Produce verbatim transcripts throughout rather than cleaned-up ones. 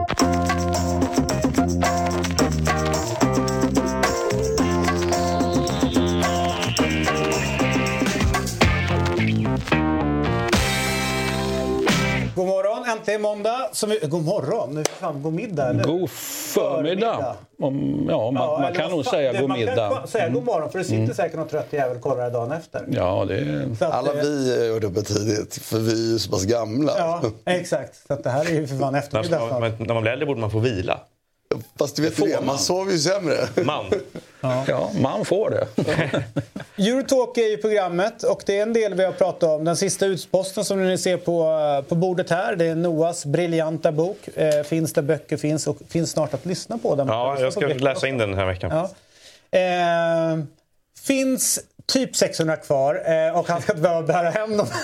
God morgon, äntligen måndag. Som vi, god morgon, nu fan, god middag. Eller? God förmiddag. Om, ja, man, ja, man kan nog säga det, god man middag. Man kan säga god morgon, för det sitter mm. säkert någon trött jävel kollar dagen efter. Ja, det är... att, alla vi gör det på tidigt, för vi är ju så pass gamla. Ja, exakt. Så att det här är ju för fan eftermiddag. När, när, när man blir äldre borde man få vila. Fast du vet det, man sover ju sämre. Man. Ja. ja, man får det. Eurotalk är ju programmet och det är en del vi har pratat om. Den sista utposten som ni ser på, på bordet här, det är Noahs briljanta bok. Eh, finns där böcker finns och finns snart att lyssna på den. Ja, jag ska läsa in den den här veckan. Ja. Eh, finns typ sexhundra kvar eh, och han ska inte behöva bära hem dem.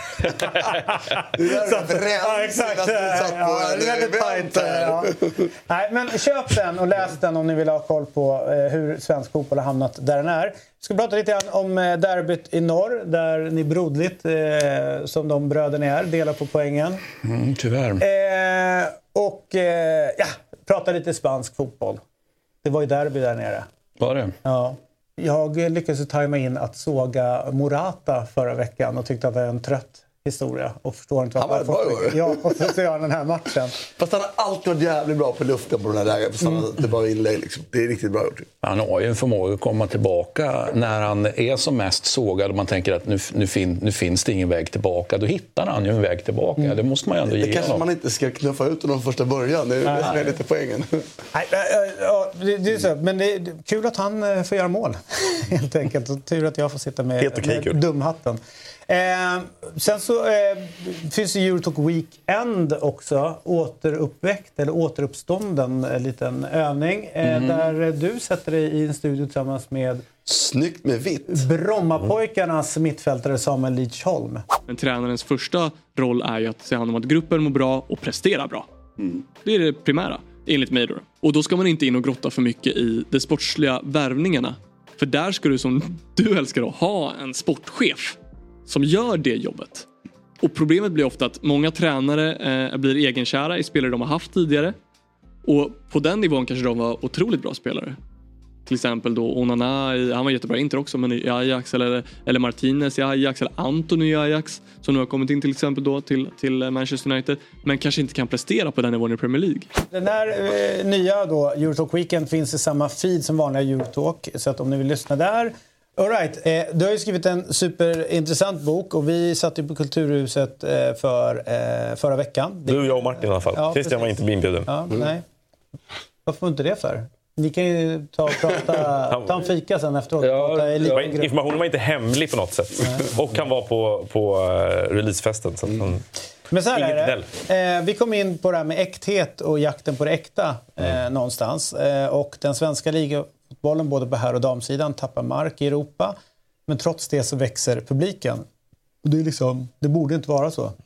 Det är ja, exakt. Ja, det är väldigt tajt. Ja. Nej, men köp den och läs den om ni vill ha koll på eh, hur svensk fotboll har hamnat där den är. Vi ska prata lite grann om eh, derbyt i norr där ni brodligt, eh, som de bröderna är, delar på poängen. Mm, tyvärr. Eh, och eh, ja, prata lite spansk fotboll. Det var ju derby där nere. Var det? Ja. Jag lyckades tajma in att såga Morata förra veckan och tyckte att det var en trött historia. Och förstår inte vad han var bra. Ja, och så ser jag den här matchen. Fast han har alltid varit jävligt bra på luften på den här lägen. Mm. Det var inlägg liksom. Det är riktigt bra gjort. Han har ju en förmåga att komma tillbaka när han är som mest sågad och man tänker att nu, nu, fin, nu finns det ingen väg tillbaka. Då hittar han ju en väg tillbaka. Mm. Det måste man ju ändå det ge Det kanske honom. man inte ska knuffa ut honom första början. Det är, det som är lite poängen. Nej, ja, det, det är så. Men det är kul att han får göra mål. Helt enkelt. Och tur att jag får sitta med, med dumhatten. Eh, sen så eh, finns det Eurotalk Weekend också, återuppväckt eller återuppstånden, en liten övning eh, mm. där du sätter dig i en studio tillsammans med snyggt med vitt Brommapojkarnas mittfältare Samuel Lidsholm. Men tränarens första roll är ju att se hand om att gruppen mår bra och prestera bra. Mm. Det är det primära, enligt mig då. Och då ska man inte in och grotta för mycket i de sportsliga värvningarna. För där ska du, som du älskar då, ha en sportchef som gör det jobbet. Och problemet blir ofta att många tränare eh, blir egenkära i spelare de har haft tidigare. Och på den nivån kanske de var otroligt bra spelare. Till exempel då Onana, i, han var jättebra Inter också, men i Ajax, eller, eller Martinez i Ajax, eller Antony i Ajax, som nu har kommit in till exempel då till, till Manchester United, men kanske inte kan prestera på den nivån i Premier League. Den här eh, nya då, Eurotalk Weekend, finns i samma feed som vanliga Eurotalk, så att om ni vill lyssna där. All right. eh, du har ju skrivit en superintressant bok och vi satt ju på Kulturhuset eh, för, eh, förra veckan. Du, jag och Martin i alla fall. Ja, Christian var inte inbjuden. Ja, mm. Nej. Varför får inte det för? Ni kan ju ta och prata, ta en fika sen efteråt. Ja, ja, informationen var inte hemlig på något sätt. Och han var på, på uh, releasefesten. Så mm. Men så här är det. Eh, vi kom in på det här med äkthet och jakten på det äkta eh, mm. någonstans. Eh, och den svenska ligafotbollen, både på här- och damsidan, tappar mark i Europa. Men trots det så växer publiken. Och det, är liksom, det borde inte vara så.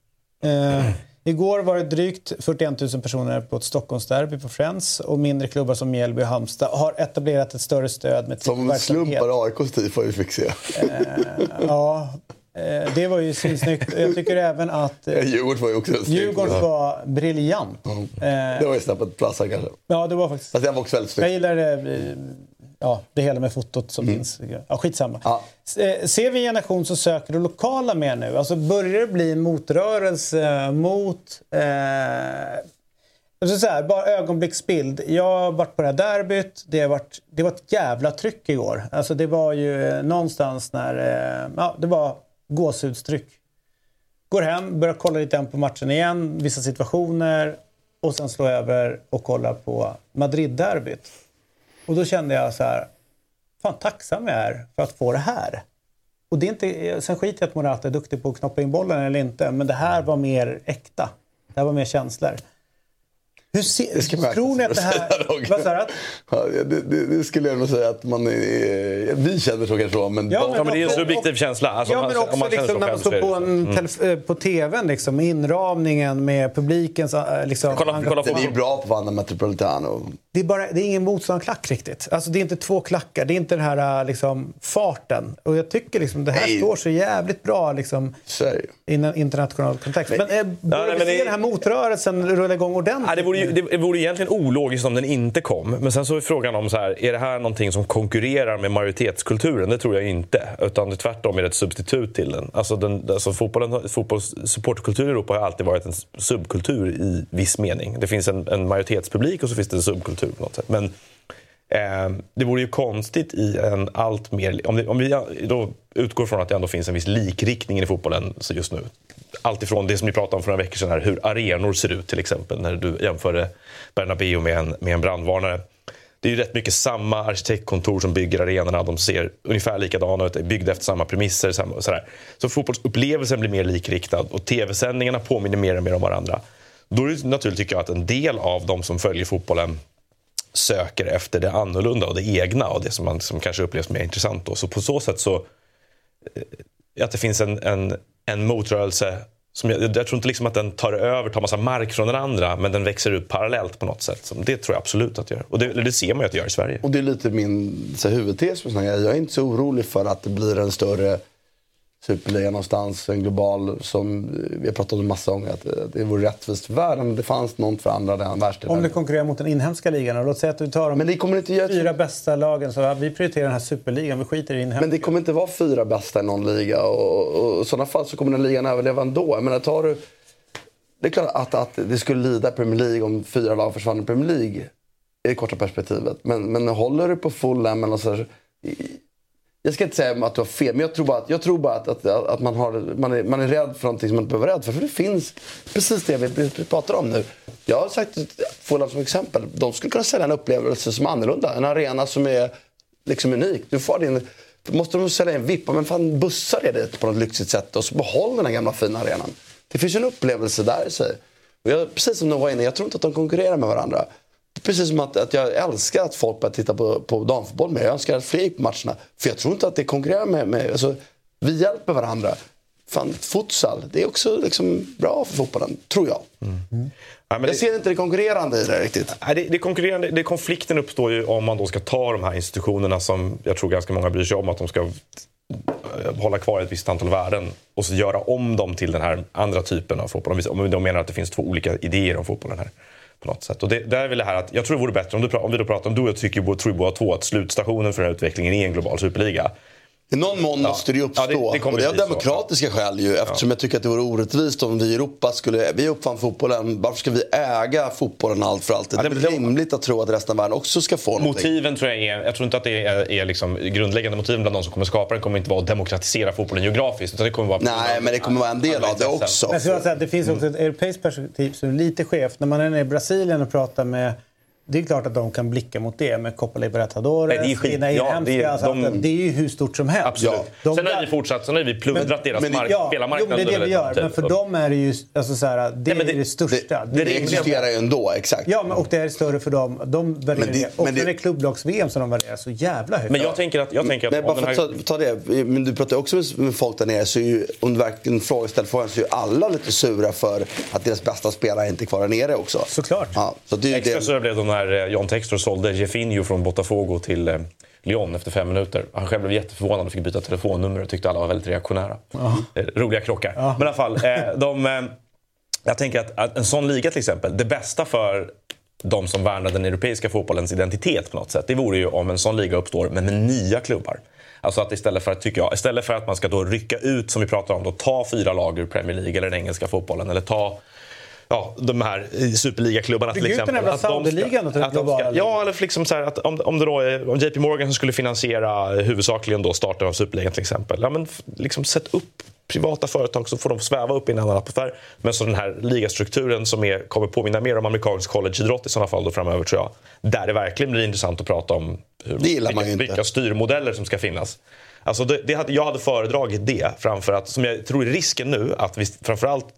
Eh, Igår var det drygt fyrtioen tusen personer på ett Stockholmsderby på Friends, och mindre klubbar som Mjällby och Halmstad har etablerat ett större stöd med som slumpar A I K:s tifo vi fick se. Eh, ja, eh, det var ju snyggt. Jag tycker även att eh, Djurgården var ju också Djurgården var briljant. Mm. Eh, det var ju snabbt platsen kanske. Ja, det var faktiskt. Fast det var också väldigt snyggt. Jag gillar det. Ja, det hela med fotot som mm. finns. Ja, skitsamma. Ja. Ser vi en generation som söker det lokala mer nu? Alltså börjar det bli en motrörelse mot... Eh, så här, bara ögonblicksbild. Jag har varit på det här derbyt. Det, har varit, det var ett jävla tryck igår. Alltså det var ju någonstans när... Eh, ja, det var gåshudstryck. Går hem, börjar kolla lite på matchen igen. Vissa situationer. Och sen slår jag över och kollar på Madrid-derbyt. Och då kände jag så här, fan tacksam jag är för att få det här. Och det är inte, sen skiter jag att Morata är duktig på att knoppa in bollen eller inte, men det här var mer äkta. Det här var mer känslor. Hur se, tror ni att det här... Vad sa du? Ja, det, det, det skulle jag nog säga att man är, vi känner så kanske, men... Ja, men, ja, men det är en subjektiv och, känsla. Alltså, ja, men också om man liksom, när man står på, en telef- mm. på tvn, liksom, inramningen med publikens... Liksom, kolla, kolla det är bra på Vanna Metropolitano. det är, bara, det är ingen motståndarklack riktigt. Alltså det är inte två klackar, det är inte den här liksom, farten. Och jag tycker liksom, det här nej. står så jävligt bra liksom, i en internationell kontext. Men, men, äh, borde ja, vi se det... den här motrörelsen rulla igång ordentligt? Ja, det, vore ju, det vore egentligen ologiskt om den inte kom. Men sen så är frågan om så här, är det här någonting som konkurrerar med majoritetskulturen? Det tror jag inte. Utan det tvärtom är det ett substitut till den. Alltså, den, alltså fotbollen, fotbolls, supportkultur i Europa har alltid varit en subkultur i viss mening. Det finns en, en majoritetspublik och så finns det en subkultur på något sätt. Men eh, det vore ju konstigt i en allt mer... Om, det, om vi då utgår från att det ändå finns en viss likriktning i fotbollen så just nu. Allt ifrån det som ni pratade om för några veckor sedan här, hur arenor ser ut till exempel när du jämförde Bernabéu med en, med en brandvarnare. Det är ju rätt mycket samma arkitektkontor som bygger arenorna. De ser ungefär likadana ut, är byggda efter samma premisser. Samma, sådär. Så fotbollsupplevelsen blir mer likriktad och tv-sändningarna påminner mer och mer om varandra. Då är det naturligt tycker jag att en del av de som följer fotbollen söker efter det annorlunda och det egna och det som, man, som kanske upplevs mer intressant. Då. Så på så sätt så att det finns en, en, en motrörelse som jag, jag tror inte liksom att den tar över, tar massa mark från den andra, men den växer ut parallellt på något sätt. Det tror jag absolut att det gör. Och det, det ser man ju att det gör i Sverige. Och det är lite min så här, huvudtes. Jag är inte så orolig för att det blir en större superliga någonstans, en global, som vi har pratat om en massa gånger, att det vore rättvist för världen, men det fanns något för andra den världsdelen. Om det konkurrerar mot den inhemska ligan, och låt säga att du tar de men det kommer inte göra fyra bästa lagen, så vi prioriterar den här superligan, vi skiter i inhemska. Men det kommer inte vara fyra bästa i någon liga, och, och, och i sådana fall så kommer den ligan överleva ändå. Jag menar, tar du, det är klart att, att det skulle lida Premier League om fyra lag försvann i Premier League i det korta perspektivet, men, men håller du på Fulham eller så här, jag ska inte säga att du har fel, men jag tror bara att, jag tror bara att, att, att man, har, man, är, man är rädd för någonting som man inte behöver vara rädd för. För det finns precis det vi, vi pratar om nu. Jag har sagt Fulham som exempel. De skulle kunna sälja en upplevelse som är annorlunda. En arena som är liksom unik. Du får din, måste de sälja en vippa, men fan bussar det dit på något lyxigt sätt och så behåller den här gamla fina arenan. Det finns ju en upplevelse där i sig. Och jag, precis som de var inne, jag tror inte att de konkurrerar med varandra. Precis som att, att jag älskar att folk börjar titta på, på damfotboll med. Jag önskar att fler gick på matcherna. För jag tror inte att det konkurrerar med... med alltså, vi hjälper varandra. Fan, futsal, det är också liksom bra för fotbollen, tror jag. Mm. Mm. Ja, men jag det, ser inte det konkurrerande i det riktigt. Nej, det, det, konkurrerande, det konflikten uppstår ju om man då ska ta de här institutionerna som jag tror ganska många bryr sig om, att de ska hålla kvar ett visst antal värden och så göra om dem till den här andra typen av fotboll. Om de menar att det finns två olika idéer om fotbollen här. På något sätt. Och det, där är väl det här att jag tror det vore bättre om, du, om vi då pratar om du och tycker tror båda två att slutstationen för den här utvecklingen är en global superliga. I någon mån ja. måste det ju uppstå. Ja, det, det och det är av demokratiska så. skäl ju. Eftersom ja. jag tycker att det vore orättvist om vi i Europa skulle... Vi uppfann fotbollen. Varför ska vi äga fotbollen allt för alltid? Ja, det, det är rimligt att tro att resten av världen också ska få någonting. Motiven tror jag är... Jag tror inte att det är, är liksom grundläggande motiven bland de som kommer skapa den. kommer inte vara att demokratisera fotbollen geografiskt. Utan det kommer vara Nej, men det kommer vara en del av det också. Men så att det finns också ett europeiskt perspektiv som är lite skevt. När man är i Brasilien och pratar med... Det är klart att de kan blicka mot det med Copa Libertadores. Nej, det är skit. Ja, det, är, alltså de, det är ju hur stort som helst. Absolut. Ja. Sen har vi fortsatt, sen har vi plundrat deras men, mark, ja, spelarmarknaden. Jo, det är det vi gör. Men för så. dem är det ju alltså, så här, det, Nej, det är det största. Det, det, det existerar ju ändå, exakt. Ja, men, och det är större för dem. De värderar men det. Och men det, det är klubblags-V M som de värderar så jävla högt. Men jag tänker att... Jag tänker att men bara för att ta, ta det, men du pratar också med folk där nere, så är ju, om du verkligen frågeställer frågan, så är ju alla lite sura för att deras bästa spelare inte är kvar där nere också. Såklart. Ja, så det är Extra det. så blev de här John Textor sålde Jefinho från Botafogo till eh, Lyon efter fem minuter. Han själv blev jätteförvånad och fick byta telefonnummer och tyckte alla var väldigt reaktionära. Eh, roliga krockar. Ja. Men i alla fall, eh, de, eh, jag tänker att, att en sån liga till exempel, det bästa för de som värnar den europeiska fotbollens identitet på något sätt, det vore ju om en sån liga uppstår men med nya klubbar. Alltså att istället för att, tycker jag, istället för att man ska då rycka ut, som vi pratar om, då, ta fyra lag ur Premier League eller den engelska fotbollen, eller ta ja, de här superligaklubbarna till exempel. Att de ska, att de ska, ja, eller liksom så här att om, om det då är, om J P Morgan som skulle finansiera huvudsakligen då starten av superligan till exempel. Ja, men liksom sätt upp privata företag så får de sväva upp i en annan atmosfär. Men så den här ligastrukturen som är, kommer påminna mer om amerikansk collegeidrott i sådana fall då framöver, tror jag. Där det verkligen blir intressant att prata om hur, vilka, vilka styrmodeller som ska finnas. Alltså det, det hade, jag hade föredragit det framför att, som jag tror är risken nu, att vi framförallt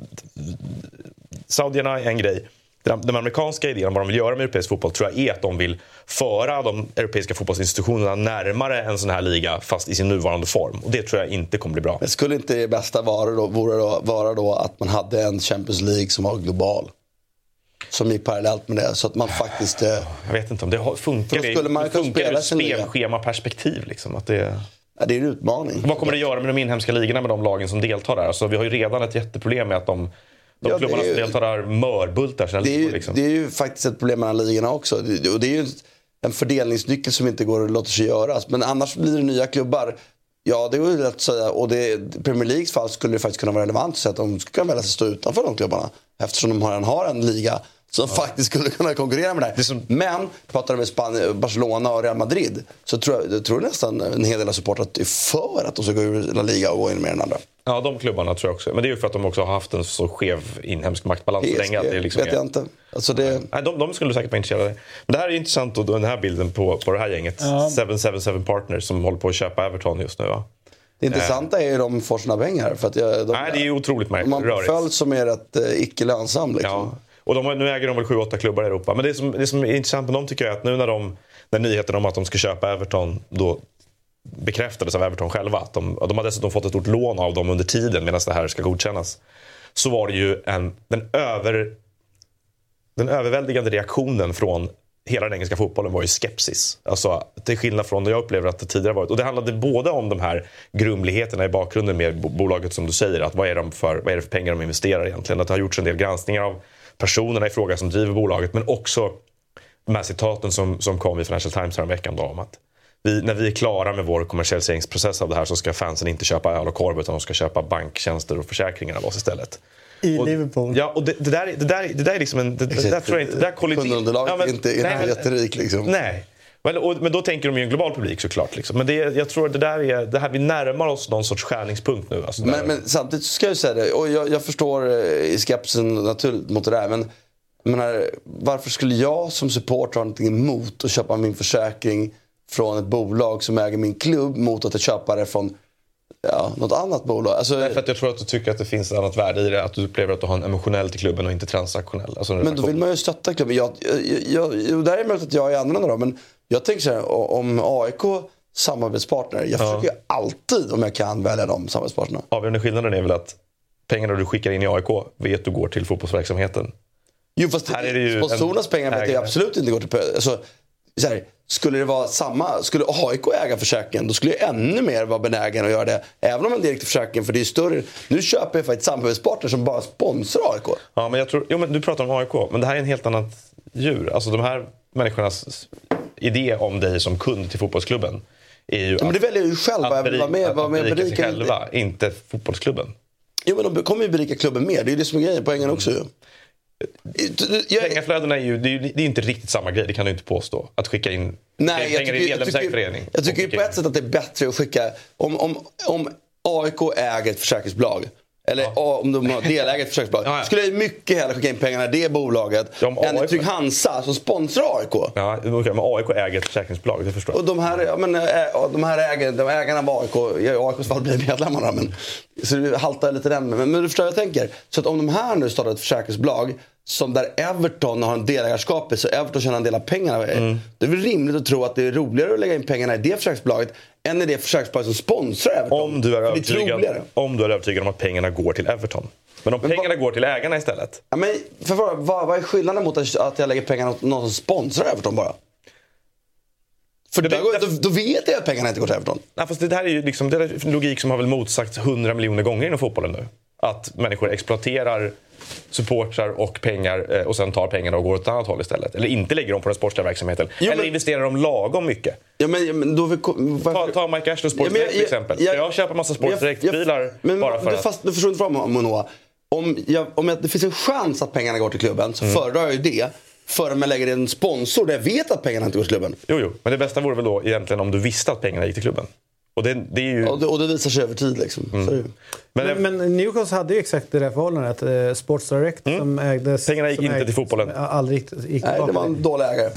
saudierna är en grej. Den, den amerikanska idén om vad de vill göra med europeisk fotboll tror jag är att de vill föra de europeiska fotbollsinstitutionerna närmare en sån här liga fast i sin nuvarande form. Och det tror jag inte kommer bli bra. Men skulle inte det bästa vara då, vore då, vara då att man hade en Champions League som var global? som gick parallellt med det. Så att man faktiskt... Eh, jag vet inte om det funkar. Då skulle man det funkar ur spela spelschema-perspektiv. Liksom, att det... Ja, det är en utmaning. Vad kommer det göra med de inhemska ligorna med de lagen som deltar där? Alltså, vi har ju redan ett jätteproblem med att de, de ja, klubbarna ju, som deltar där mörbultar sina det, ligor. Liksom. Det är ju faktiskt ett problem med ligorna också. Det, och det är ju en fördelningsnyckel som inte går att låta sig göras. Men annars blir det nya klubbar. Ja, det är ju lätt att säga. Och det, Premier Leagues fall skulle det faktiskt kunna vara relevant så att de skulle kunna välja sig stå utanför de klubbarna. Eftersom de har, har en liga som ja. faktiskt skulle kunna konkurrera med det. det som... Men pratar de med Spanien, Barcelona och Real Madrid så tror jag, jag tror nästan en hel del av supportrat är för att de ska gå ur La Liga och gå in med den andra. Ja, de klubbarna tror jag också. Men det är ju för att de också har haft en så skev inhemsk maktbalans så länge. Att det är liksom vet jag inte. Alltså det... Nej, de, de skulle säkert vara intresserade. Men det här är intressant, och den här bilden på, på det här gänget. Ja. sju sju sju Partners som håller på att köpa Everton just nu, va? Det intressanta är ju de får sina pengar. För att jag, de, Nej, det är ju otroligt märkligt. De har en följd som är rätt eh, icke-lönsam. Liksom. Ja. Och de, nu äger de väl sju åtta klubbar i Europa. Men det som, det som är intressant med dem tycker jag är att nu när, de, när nyheten om att de ska köpa Everton då bekräftades av Everton själva. Att de, de har dessutom fått ett stort lån av dem under tiden medan det här ska godkännas. Så var det ju en, den, över, den överväldigande reaktionen från hela den engelska fotbollen var ju skepsis. Alltså till skillnad från det jag upplever att det tidigare varit. Och det handlade både om de här grumligheterna i bakgrunden med bolaget som du säger. Att vad är, de för, vad är det för pengar de investerar egentligen? Att det har gjorts en del granskningar av personerna i fråga som driver bolaget. Men också de här citaten som, som kom i Financial Times här en veckan då, om att vi, när vi är klara med vår kommersialiseringsprocess av det här så ska fansen inte köpa öl och korv utan de ska köpa banktjänster och försäkringar av oss istället. I och, Liverpool. Ja, och det, det, där, det, där, det där är liksom en... Det, det där tror jag inte... Kundunderlaget ja, är inte, inte nej, jätterik liksom. Nej. Men, och, men då tänker de ju en global publik såklart. Liksom. Men det, jag tror att det där är... Det här, vi närmar oss någon sorts skärningspunkt nu. Alltså men, men samtidigt ska jag säga det. Och jag, jag förstår i skepsisen naturligt mot det där. Men, men här, varför skulle jag som supporter ha någonting emot att köpa min försäkring från ett bolag som äger min klubb mot att jag köper det från... Ja, något annat bolag. Alltså, Nej, för att jag tror att du tycker att det finns ett annat värde i det. Att du upplever att du har en emotionell till klubben och inte transaktionell. Alltså, men då vill man ju stötta klubben. Jag, jag, jag, där är möjligt att jag är annorlunda då. Men jag tänker så här, om A I K samarbetspartner. Jag försöker ju ja. alltid om jag kan välja de samarbetspartnerna. Avgörande skillnaden är väl att pengarna du skickar in i A I K vet du går till fotbollsverksamheten. Jo, fast här är det ju sponsorernas pengar vet jag absolut inte går till... Alltså, så här, skulle det vara samma, skulle A I K äga försäkringen, då skulle jag ännu mer vara benägen att göra det. Även om en direkt försäkring, för det är större. Nu köper jag faktiskt samarbetspartner som bara sponsrar A I K. Ja, men jag tror, jo, men du pratar om A I K, men det här är en helt annat djur. Alltså de här människornas idé om dig som kund till fotbollsklubben är ju ja, men det väljer ju själva. Att, berika, med, att, att berika, berika sig själva, inte, inte fotbollsklubben. Jo, men de kommer ju berika klubben mer. Det är ju det som är grejen, poängen också ju. Jag... Pengaflödena är ju det, är ju det är inte riktigt samma grej, det kan du inte påstå. Att skicka in Nej, pengar i medlemsägförening. Jag tycker ju på ett sätt att det är bättre att skicka om, om, om A I K äger ett försäkringsbolag eller ja. om de har deläger ett försäkringsbolag ja, ja. skulle jag mycket hellre skicka in pengarna i det bolaget ja, än i Trygg Hansa som sponsrar A I K. Ja, okay, men A I K äger ett försäkringsbolag, det förstår jag. Och de här, ja, men, de här äger, de ägarna av A I K, i A I Ks fall blir medlemmarna, men så det haltar lite den. Men, men du förstår vad jag tänker. Så att om de här nu startar ett försäkringsbolag som där Everton har en delägarskap i, så Everton tjänar en del av pengarna. Mm. Det är väl rimligt att tro att det är roligare att lägga in pengarna i det försäkringsbolaget än i det försäkringsbolag som sponsrar Everton. Om du är övertygad, om du är övertygad om att pengarna går till Everton. Men om men pengarna va, går till ägarna istället? Ja, men för vad, vad, vad är skillnaden mot att jag lägger pengarna åt någon som sponsrar Everton bara? För det, det, går, då, då vet jag att pengarna inte går till Everton. Nej, fast det här är ju liksom, det är en logik som har väl motsagts hundra miljoner gånger inom fotbollen nu. Att människor exploaterar supportrar och pengar och sen tar pengarna och går åt ett annat håll istället. Eller inte lägger dem på den sportsliga verksamheten. Jo, eller men, investerar de lagom mycket. Ja, men, men då vi, ta, ta Mike Ashley Sports Direkt till exempel. Jag, jag köper massa Sports Direkt-bilar bara för du, att... Fast, du förstår inte vad Monoa. Om, jag, om jag, det finns en chans att pengarna går till klubben så mm. föredrar jag ju det. För om jag lägger en sponsor där jag vet att pengarna inte går till klubben. Jo, jo. Men det bästa vore väl då egentligen om du visste att pengarna gick till klubben. Och det, det är ju... och, det, och det visar sig över tid liksom. Mm. Men, men, men Newcastle hade ju exakt det där förhållandet. Eh, Sports Direct mm. som ägdes... Pengarna gick inte ägde, till fotbollen. Aldrig gick Nej, det var en dålig ägare.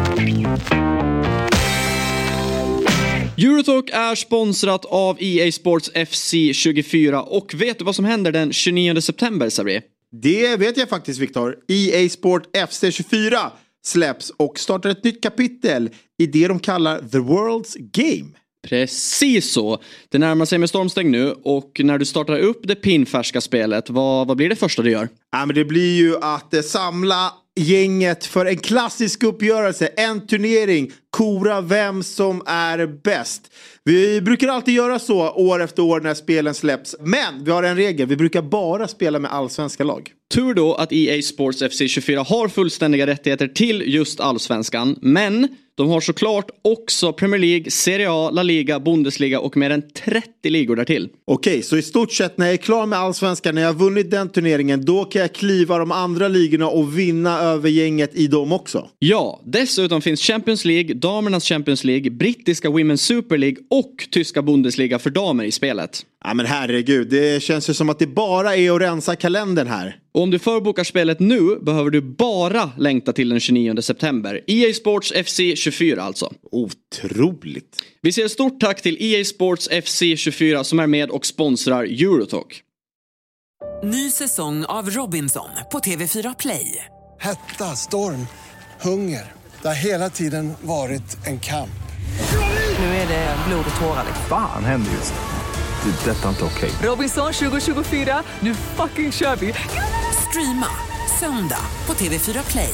Eurotalk är sponsrat av E A Sports F C tjugofyra. Och vet du vad som händer den tjugonionde september, Sabri? Det vet jag faktiskt, Viktor. E A Sport F C tjugofyra släpps och startar ett nytt kapitel i det de kallar The World's Game. Precis så. Det närmar sig med stormsteg nu, och när du startar upp det pinfärska spelet, vad, vad blir det första du gör? Ja, men det blir ju att eh, samla gänget för en klassisk uppgörelse, en turnering, kora vem som är bäst. Vi brukar alltid göra så år efter år när spelen släpps, men vi har en regel, vi brukar bara spela med allsvenska lag. Tur då att E A Sports F C tjugofyra har fullständiga rättigheter till just allsvenskan, men de har såklart också Premier League, Serie A, La Liga, Bundesliga och mer än trettio ligor därtill. Okej, så i stort sett när jag är klar med allsvenskan, när jag har vunnit den turneringen, då kan jag kliva de andra ligorna och vinna över gänget i dem också. Ja, dessutom finns Champions League, damernas Champions League, brittiska Women's Super League och tyska Bundesliga för damer i spelet. Ja men herregud, det känns ju som att det bara är att rensa kalendern här. Och om du förbokar spelet nu behöver du bara längta till den tjugonionde september. E A Sports F C tjugofyra alltså. Otroligt. Vi säger stort tack till E A Sports F C tjugofyra som är med och sponsrar Eurotalk. Ny säsong av Robinson på T V fyra Play. Hetta, storm, hunger. Det har hela tiden varit en kamp. Nu är det blod och tårar. Fan händer just det. Det är detta inte okej. Robinson tjugo tjugofyra, nu fucking kör vi. Streama söndag på T V fyra Play.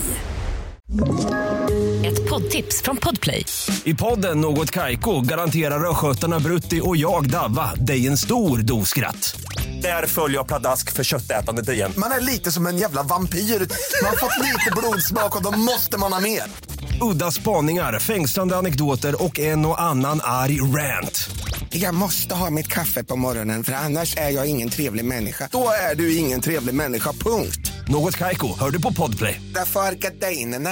Ett poddtips från Podplay. I podden Något Kaiko garanterar röskötarna Brutti och jag Davva dig en stor doskratt. Där följer jag pladask för köttätandet igen. Man är lite som en jävla vampyr. Man har fått lite blodsmak och då måste man ha mer. Udda spaningar, fängslande anekdoter och en och annan arg rant. Jag måste ha mitt kaffe på morgonen för annars är jag ingen trevlig människa. Då är du ingen trevlig människa, punkt. Något Kaiko, hör du på Podplay. Därför är gardinerna.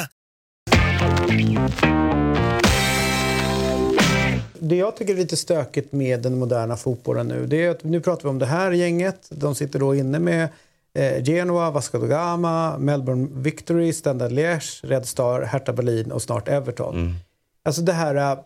Det jag tycker är lite stökigt med den moderna fotbollen nu, det är att nu pratar vi om det här gänget. De sitter då inne med eh, Genoa, Vasco da Gama, Melbourne Victory, Standard Liège, Red Star, Hertha Berlin och snart Everton. Mm. Alltså det här eh,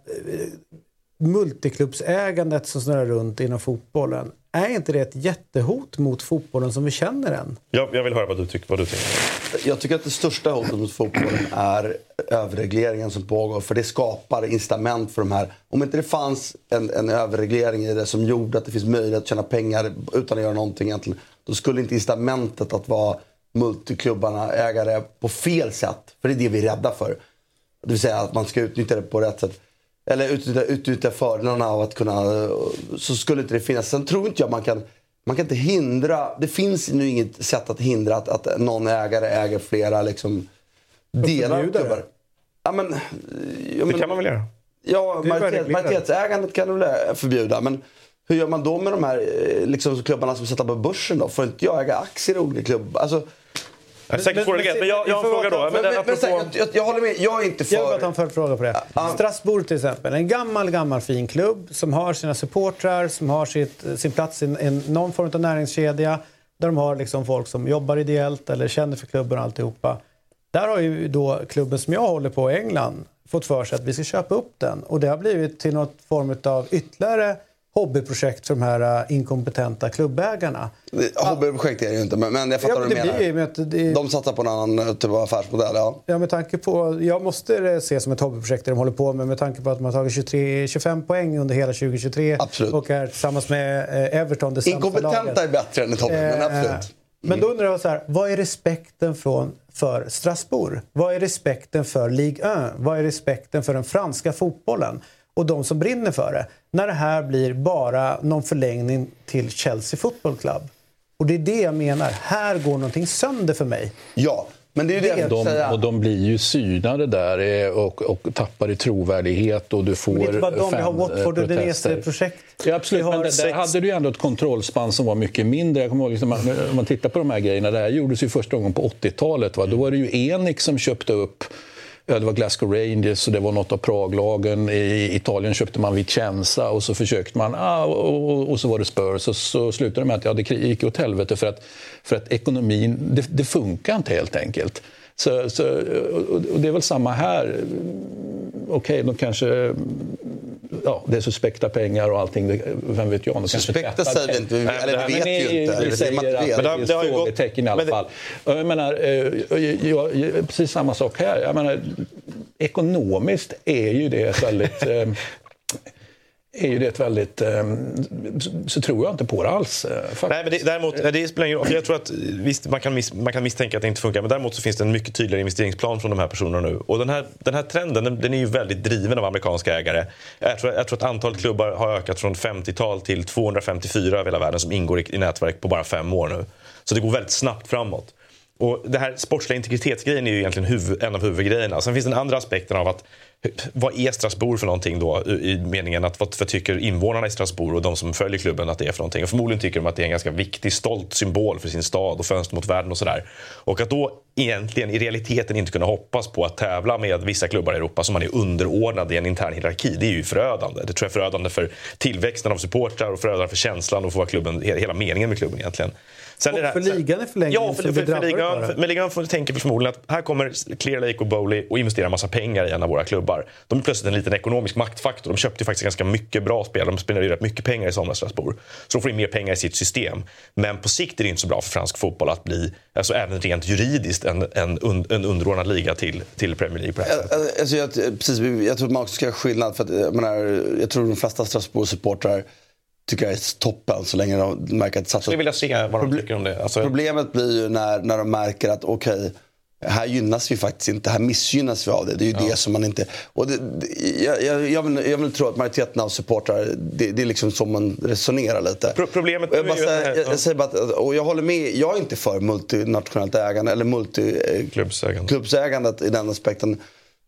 multiklubbsägandet som snurrar runt inom fotbollen, är inte det ett jättehot mot fotbollen som vi känner den? Jag, jag vill höra vad du tycker. Vad du tycker. Jag tycker att det största hotet mot fotbollen är överregleringen som pågår. För det skapar incitament för de här. Om inte det fanns en, en överreglering i det som gjorde att det finns möjlighet att tjäna pengar utan att göra någonting egentligen, då skulle inte incitamentet att vara multiklubbarna ägare på fel sätt. För det är det vi är rädda för. Det vill säga att man ska utnyttja det på rätt sätt. Eller utnyttja, utnyttja fördelarna av att kunna, så skulle inte det finnas. Sen tror inte jag man kan, man kan inte hindra, det finns nu inget sätt att hindra att, att någon ägare äger flera liksom delar av klubbar. Ja, men, ja, men, det kan man väl göra? Ja, majoritet, majoritetsägandet kan du väl förbjuda, men hur gör man då med de här liksom, klubbarna som sätter på börsen då? Får inte jag äga aktier i olika klubbar? Alltså, jag är säkert på det, men jag, jag har en fråga då. Men, men, men, men, jag, jag, jag håller med, jag är inte för... Jag vill bara ta en fråga på det. Uh, Strasbourg till exempel, en gammal, gammal fin klubb som har sina supportrar, som har sitt, sin plats i en, någon form av näringskedja, där de har liksom folk som jobbar ideellt eller känner för klubben och alltihopa. Där har ju då klubben som jag håller på i England fått för sig att vi ska köpa upp den. Och det har blivit till något form av ytterligare hobbyprojekt för de här inkompetenta klubbägarna. Hobbyprojekt är det ju inte, men jag fattar ja, vad du menar. Blir, med det, de satsar på en annan typ av affärsmodell, ja. Ja, med tanke på, jag måste se som ett hobbyprojekt det de håller på med, med tanke på att man har tagit tjugotre, tjugofem poäng under hela tjugo tjugotre. Absolut. Och är tillsammans med Everton det sämsta laget. Inkompetenta är bättre än ett hobby, eh, men absolut. Mm. Men då undrar jag så här, vad är respekten från, för Strasbourg? Vad är respekten för Ligue ett? Vad är respekten för den franska fotbollen? Och de som brinner för det. När det här blir bara någon förlängning till Chelsea Football Club. Och det är det jag menar. Här går någonting sönder för mig. Ja, men det är ju det, det de, och de blir ju synade där och, och tappar i trovärdighet och du får men det är inte bara de, vi har Watford och Denese projekt. Ja, absolut, men där sex... hade du ju ändå ett kontrollspann som var mycket mindre. Jag kommer ihåg, liksom, om man tittar på de här grejerna, det här gjordes ju första gången på åttiotalet. Va? Då var det ju Enik som köpte upp. Ja, det var Glasgow Rangers och det var något av Praglagen. I Italien köpte man Vicenza och så försökte man, ah, och, och, och så var det Spurs och så slutade det med att ja, det gick åt helvete för att, för att ekonomin, det, det funkar inte helt enkelt. Så, så, och det är väl samma här. Okej, okay, de kanske... Ja, det är suspekta pengar och allting. Vem vet jag? Suspekta säger vi inte. Eller det vet ju inte. Vi säger att det finns frågetecken i alla fall. Jag menar, jag, jag, precis samma sak här. Jag menar, ekonomiskt är ju det ett väldigt... är ju det väldigt... Så tror jag inte på det alls. Faktiskt. Nej, men det, däremot, det spelar ingen roll. För jag tror att visst, man, kan miss, man kan misstänka att det inte funkar. Men däremot så finns det en mycket tydligare investeringsplan från de här personerna nu. Och den här, den här trenden, den, den är ju väldigt driven av amerikanska ägare. Jag tror, jag tror att antalet klubbar har ökat från femtiotal till tvåhundrafemtiofyra av hela världen som ingår i, i nätverk på bara fem år nu. Så det går väldigt snabbt framåt. Och det här sportsliga integritetsgrejen är ju egentligen huvud, en av huvudgrejerna. Sen finns den andra aspekten av att vad är Strasbourg för någonting då, i meningen att vad för tycker invånarna i Strasbourg och de som följer klubben att det är för någonting. Och förmodligen tycker de att det är en ganska viktig, stolt symbol för sin stad och fönster mot världen och sådär. Och att då egentligen i realiteten inte kunna hoppas på att tävla med vissa klubbar i Europa som man är underordnad i en intern hierarki, det är ju förödande. Det tror jag är förödande för tillväxten av supportrar och förödande för känslan och för vad klubben, hela meningen med klubben egentligen. Sen och är det här, för ligan är förlängning. Ja, för, för, för, för ligan, för, men ligan får tänka för förmodligen att här kommer Clear Lake och Bowley och investera massa pengar i en av våra klubbar. De är plötsligt en liten ekonomisk maktfaktor. De köpte ju faktiskt ganska mycket bra spel. De spenderade ju rätt mycket pengar i somras Strasbourg. Så de får in mer pengar i sitt system. Men på sikt är det inte så bra för fransk fotboll att bli, alltså även rent juridiskt, en, en, en underordnad liga till, till Premier League på det här sättet. Alltså, jag, precis, jag tror att man också ska ha skillnad. För att, jag, menar, jag tror de flesta Strasbourg-supportrar tycker jag är toppen så länge de märker att... Jag skulle vilja se vad de Proble- tycker om det. Alltså... Problemet blir ju när, när de märker att okej, okay, här gynnas vi faktiskt inte, här missgynnas vi av det. Det är ju ja. det som man inte... Och det, det, jag, jag, vill, jag vill tro att majoriteten av supportrar, det, det är liksom som man resonerar lite. Pro- problemet jag, bara säger, jag, jag säger bara att, och jag håller med, jag är inte för multinationellt ägande eller multiklubbsägandet i den aspekten.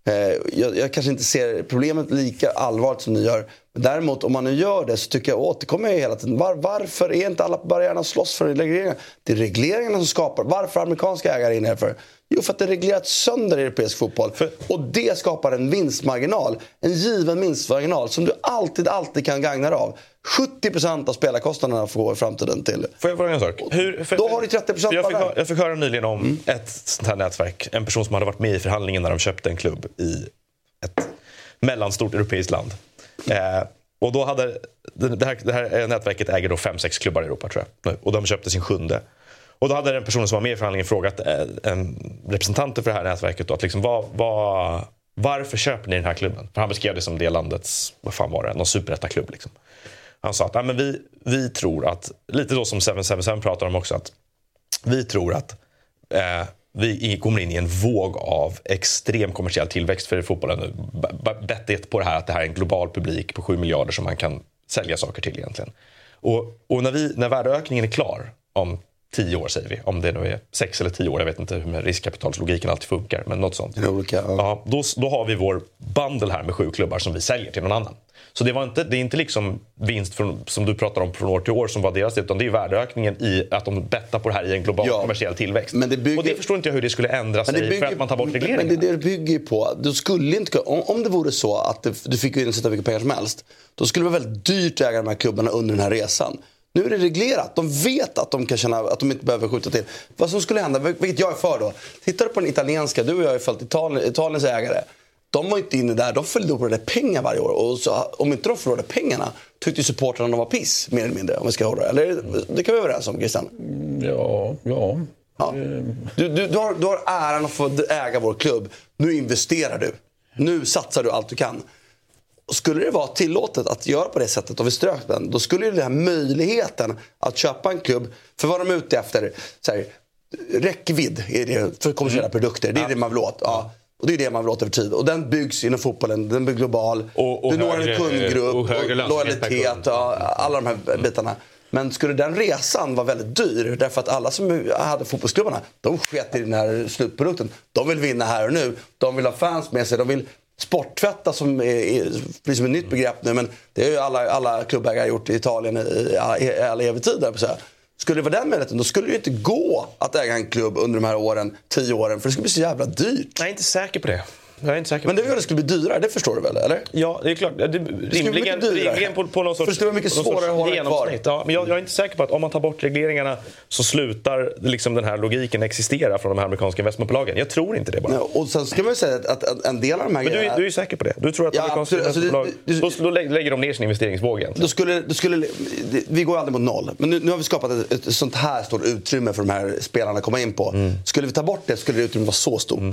Jag, jag kanske inte ser problemet lika allvarligt som ni gör. Men däremot om man nu gör det så tycker jag, återkommer jag hela tiden. Var, varför är inte alla barriärerna slåss för regleringar? Det är regleringarna som skapar. Varför amerikanska ägare är inne här för? Jo, för att det är reglerat sönder i europeisk fotboll. För... Och det skapar en vinstmarginal. En given vinstmarginal som du alltid, alltid kan gagna av. sjuttio procent av spelarkostnaderna får gå i framtiden till. Får jag fråga en sak? Hur, för, Då har du trettio procent jag, fick, jag fick höra nyligen om mm. ett sånt här nätverk. En person som hade varit med i förhandlingen när de köpte en klubb i ett mellanstort europeiskt land. Eh, och då hade det här, det här nätverket äger då fem, sex klubbar i Europa tror jag. Och de köpte sin sjunde. Och då hade den personen som var med i förhandlingen frågat en representant för det här nätverket då, att liksom, vad, vad, varför köper ni den här klubben? För han beskrev det som det landets, vad fan var det, någon superettaklubb liksom. Han sa att nej, men vi, vi tror att, lite då som sju sju sju pratar om också, att vi tror att eh, vi kommer in i en våg av extrem kommersiell tillväxt för fotbollen nu. Bettet på det här att det här är en global publik på sju miljarder som man kan sälja saker till egentligen. Och, och när, vi, när värdeökningen är klar om tio år säger vi, om det nu är sex eller tio år, jag vet inte hur med riskkapitalslogiken alltid funkar, men något sånt. Olika, ja. Ja, då, då har vi vår bundle här med sju klubbar som vi säljer till någon annan. Så det, var inte, det är inte liksom vinst från, som du pratar om från år till år som var deras, utan det är värdeökningen i att de bettar på det här i en global ja, kommersiell tillväxt. Men det bygger, och det förstår inte jag hur det skulle ändra sig bygger, för att man tar bort regleringarna. Men det, det bygger på, du skulle inte, om, om det vore så att det, du fick in sätta vilka pengar som helst, då skulle det vara väldigt dyrt att äga de här klubbarna under den här resan. Nu är det reglerat. De vet att de kan känna att de inte behöver skjuta till. Vad som skulle hända, vilket jag är för då. Tittar du på den italienska, du och jag har ju följt Italien, Italiens ägare. De var inte inne där, de följde upp på det pengar varje år. Och så, om inte de förlorade pengarna, tyckte supportrarna de var piss, mer eller mindre, om vi ska hålla det. Eller det kan vi vara överens om, Christian? Ja, ja. ja. Du, du, du, har, du har äran att få äga vår klubb. Nu investerar du. Nu satsar du allt du kan. Och skulle det vara tillåtet att göra på det sättet och vi strök den, då skulle ju den här möjligheten att köpa en klubb, för vad de är ute efter, så här, räckvidd är det för kommersiella mm. produkter, det är ja. det man vill åt. Ja. Och det är det man vill åt över tid. Och den byggs inom fotbollen, den blir global. Och, och du når en kundgrupp, och, och lojalitet, ja, alla de här bitarna. Men skulle den resan vara väldigt dyr, därför att alla som hade fotbollsklubbarna, de sket i den här slutprodukten. De vill vinna här och nu, de vill ha fans med sig, de vill sporttvätta som är, är som ett nytt begrepp nu, men det har ju alla, alla klubbägare gjort i Italien i, i alla evig tid. Skulle det vara den möjligheten, då skulle det ju inte gå att äga en klubb under de här åren, tio åren, för det skulle bli så jävla dyrt. Jag är inte säker på det. Jag är inte säker på men det, det skulle bli dyrare, det förstår du väl, eller? Ja, det är klart. Det, det rimligen, rimligen på, på någon sorts, förstår du mycket svårare att hålla kvar? Ja, men jag, jag är inte säker på att om man tar bort regleringarna så slutar liksom den här logiken existera från de här amerikanska investmentbolagen. Jag tror inte det bara. Ja, och sen ska man säga att, att en del av de här men du, grejerna... du är säker på det? Du tror att ja, amerikanska alltså, investmentbolag... Då, då lägger de ner sin investeringsvåg egentligen. Då skulle, då skulle, vi går aldrig mot noll. Men nu, nu har vi skapat ett, ett sånt här stort utrymme för de här spelarna att komma in på. Mm. Skulle vi ta bort det skulle det utrymme vara så stort. Mm.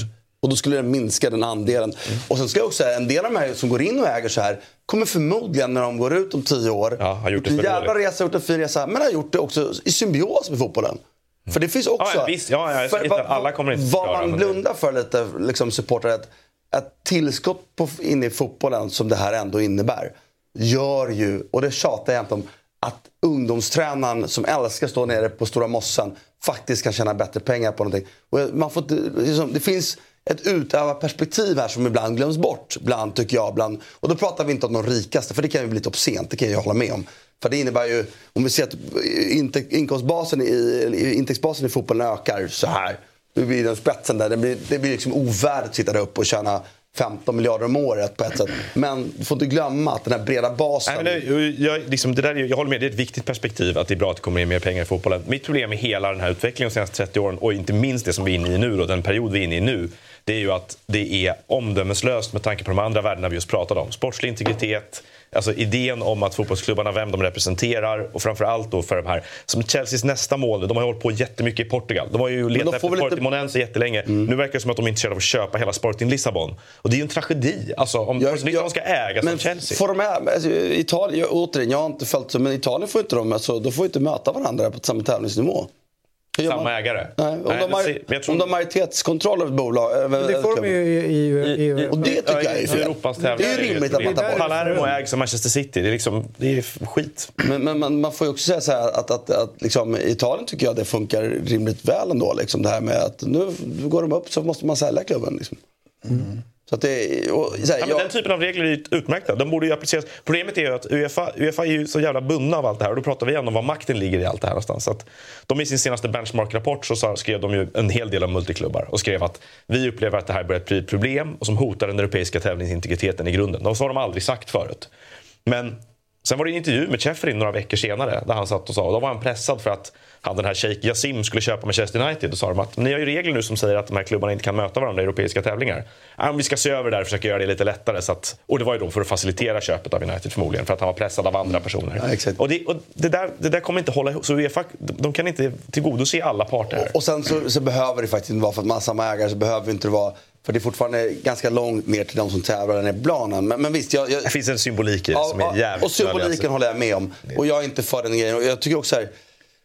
Och då skulle det minska den andelen. Mm. Och sen ska jag också säga, en del av de här som går in och äger så här kommer förmodligen när de går ut om tio år ja, har gjort en jävla resa, gjort en fin resa, men har gjort det också i symbios med fotbollen. Mm. För det finns också... Ja, visst, ja, ja, för, va, alla kommer inte vad man blundar för lite, liksom supportrar, att ett tillskott på, in i fotbollen som det här ändå innebär gör ju, och det tjatar jag inte om, att ungdomstränaren som älskar stå nere på Stora Mossen faktiskt kan tjäna bättre pengar på någonting. Och man får, liksom, det finns ett utövarperspektiv här som ibland glöms bort, bland, tycker jag. Bland, och då pratar vi inte om de rikaste, för det kan ju bli lite obscent, det kan jag hålla med om. För det innebär ju, om vi ser att inkomstbasen i, intäktsbasen i fotbollen ökar så här, då blir den spetsen där, det blir, det blir liksom ovärdigt att sitta där uppe och tjäna femton miljarder om året på ett sätt. Men du får inte glömma att den här breda basen... Nej, men jag, liksom, det där, jag håller med, det är ett viktigt perspektiv att det är bra att det kommer in mer pengar i fotbollen. Mitt problem med hela den här utvecklingen de senaste trettio åren, och inte minst det som vi är inne i nu, och den period vi är inne i nu, det är ju att det är omdömeslöst med tanke på de andra värdena vi just pratade om. Sportslig integritet, alltså idén om att fotbollsklubbarna, vem de representerar, och framförallt då för de här, som Chelseas nästa mål, de har ju hållit på jättemycket i Portugal. De har ju letat efter Sporting lite... Monense jättelänge. Mm. Nu verkar det som att de är intresserade av att köpa hela Sporting Lissabon. Och det är ju en tragedi, alltså om jag, Sporting Lissabon ska ägas men av Chelsea. Får de här, alltså, Italien, återigen, jag har inte följt så, men Italien får inte de, alltså, de får inte möta varandra på samma tävlingsnivå. Samma man? ägare? Nej, om, Nej, de har, jag tror... om de har majoritetskontroll över bolag. Men det får de ju i, i, i, i... Och det tycker jag är fel. Europas det är ju rimligt att man tar bort. Palermo ägs av Manchester City. Det är, liksom, det är skit. Men, men man, man får ju också säga så här att, att, att liksom, i Italien tycker jag det funkar rimligt väl ändå. Liksom, det här med att nu, nu går de upp så måste man sälja klubben. Liksom. Mm. Så att det, och, så här, ja, men jag... den typen av regler är utmärkta. De borde ju appliceras. Problemet är ju att UEFA, UEFA är ju så jävla bundna av allt det här. Och då pratar vi igen om var makten ligger i allt det här någonstans. Så att de i sin senaste benchmark-rapport så skrev de ju en hel del om multiklubbar. Och skrev att vi upplever att det här börjar bli ett problem och som hotar den europeiska tävlingsintegriteten i grunden. De har de aldrig sagt förut. Men sen var det en intervju med Ceferin några veckor senare där han satt och sa, och då var han pressad för att han, den här Sheikh Yassim skulle köpa Manchester United, och sa de att ni har ju regler nu som säger att de här klubbarna inte kan möta varandra i europeiska tävlingar. Ja, vi ska se över det där och försöka göra det lite lättare. Så att, och det var ju då för att facilitera köpet av United förmodligen, för att han var pressad av andra personer. Ja, exakt. Och, det, och det, där, det där kommer inte hålla ihop. Så UEFA, de kan inte tillgodose alla parter här. Och, och sen så, så behöver det faktiskt inte vara, för att man har samma ägare så behöver det inte vara. För det är fortfarande ganska långt ner till de som tävlar den här planen. Men, men visst, jag, jag, det finns en symbolik i det ja, som är jävligt. Och symboliken håller jag med om. Och jag är inte för den grejen. Och jag tycker också här,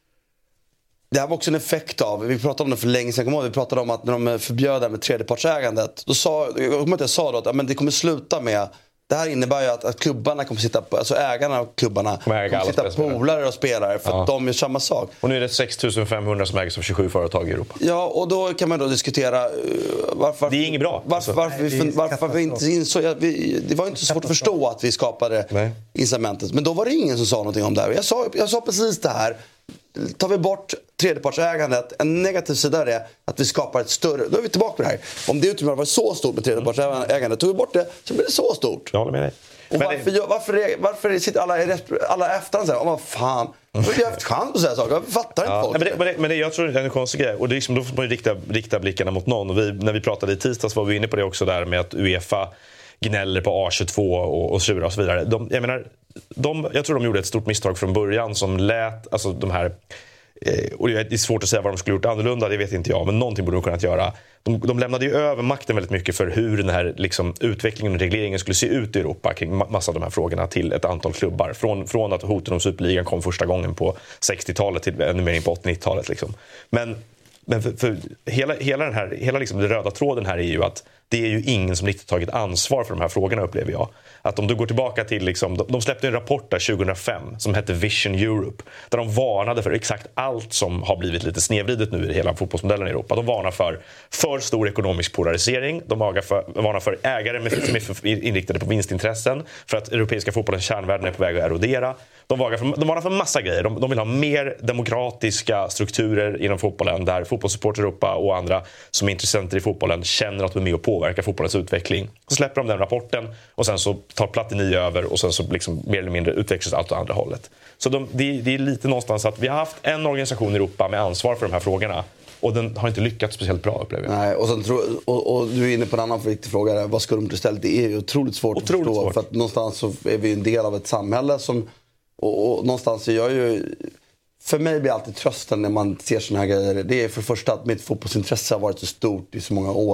det här var också en effekt av, vi pratade om det för länge sedan, vi pratade om att när de förbjöd det med tredjepartsägandet, då sa, jag kommer inte jag sa då att men det kommer sluta med, det här innebär ju att, att klubbarna kommer sitta på, alltså ägarna av klubbarna kommer, kommer sitta polare och spelare för ja. att de gör samma sak. Och nu är det sex tusen femhundra som ägs av tjugosju företag i Europa. Ja, och då kan man då diskutera uh, varför, det är inget bra. Varför, varför, Nej, vi, varför vi inte insåg, ja, vi, det var inte så svårt att förstå att vi skapade Nej. incitamentet. Men då var det ingen som sa någonting om det här. Jag sa, jag sa precis det här. Tar vi bort tredjepartsägandet, en negativ sida är det att vi skapar ett större, då är vi tillbaka på det här. Om det utrymmet var så stort med tredjepartsägandet, tog vi bort det så blir det så stort. Jag håller med dig. Och varför, det... varför, varför sitter alla, alla efterhand och säger, vad fan, vi har haft chans att säga saker, jag fattar inte ja. folk. Men, det, men, det, men det, jag tror det är en konstig grej, och det är liksom, då får man ju rikta, rikta blickarna mot någon. Och vi, när vi pratade i tisdags var vi inne på det också där med att UEFA gnäller på A tjugotvå och, och tjurar och så vidare. De, jag menar, de, jag tror de gjorde ett stort misstag från början som lät, alltså de här, eh, och det är svårt att säga vad de skulle gjort annorlunda, det vet inte jag, men någonting borde de kunnat göra. De, de lämnade ju över makten väldigt mycket för hur den här liksom, utvecklingen och regleringen skulle se ut i Europa kring massa av de här frågorna till ett antal klubbar. Från, från att hoten om Superligan kom första gången på sextiotalet till ännu mer in på åttio-nittiotalet. Liksom. Men, men för, för hela, hela den här, hela liksom den röda tråden här är ju att det är ju ingen som riktigt tagit ansvar för de här frågorna, upplever jag. Att om du går tillbaka till, liksom, de släppte en rapport där tjugohundrafem som hette Vision Europe, där de varnade för exakt allt som har blivit lite snedvridet nu i hela fotbollsmodellen i Europa. De varnar för för stor ekonomisk polarisering, de varnar för ägare med, som är inriktade på vinstintressen, för att europeiska fotbollens kärnvärden är på väg att erodera. De varnar för, de varnar för massa grejer. De, de vill ha mer demokratiska strukturer inom fotbollen, där fotbollssupport i Europa och andra som är intressenter i fotbollen känner att de är med och påverkar fotbollens utveckling. Så släpper de den rapporten och sen så tar Platini över och sen så liksom mer eller mindre utvecklas allt åt andra hållet. Så de, det, det är lite någonstans att vi har haft en organisation i Europa med ansvar för de här frågorna och den har inte lyckats speciellt bra, upplever jag. Nej, och, sen tro, och, och du är inne på en annan viktig fråga där. Vad ska de istället? Det är ju otroligt svårt otroligt att förstå svårt. För att någonstans så är vi en del av ett samhälle som och, och någonstans är jag ju, för mig blir alltid trösten när man ser såna här grejer. Det är för det första att mitt fotbollsintresse har varit så stort i så många år.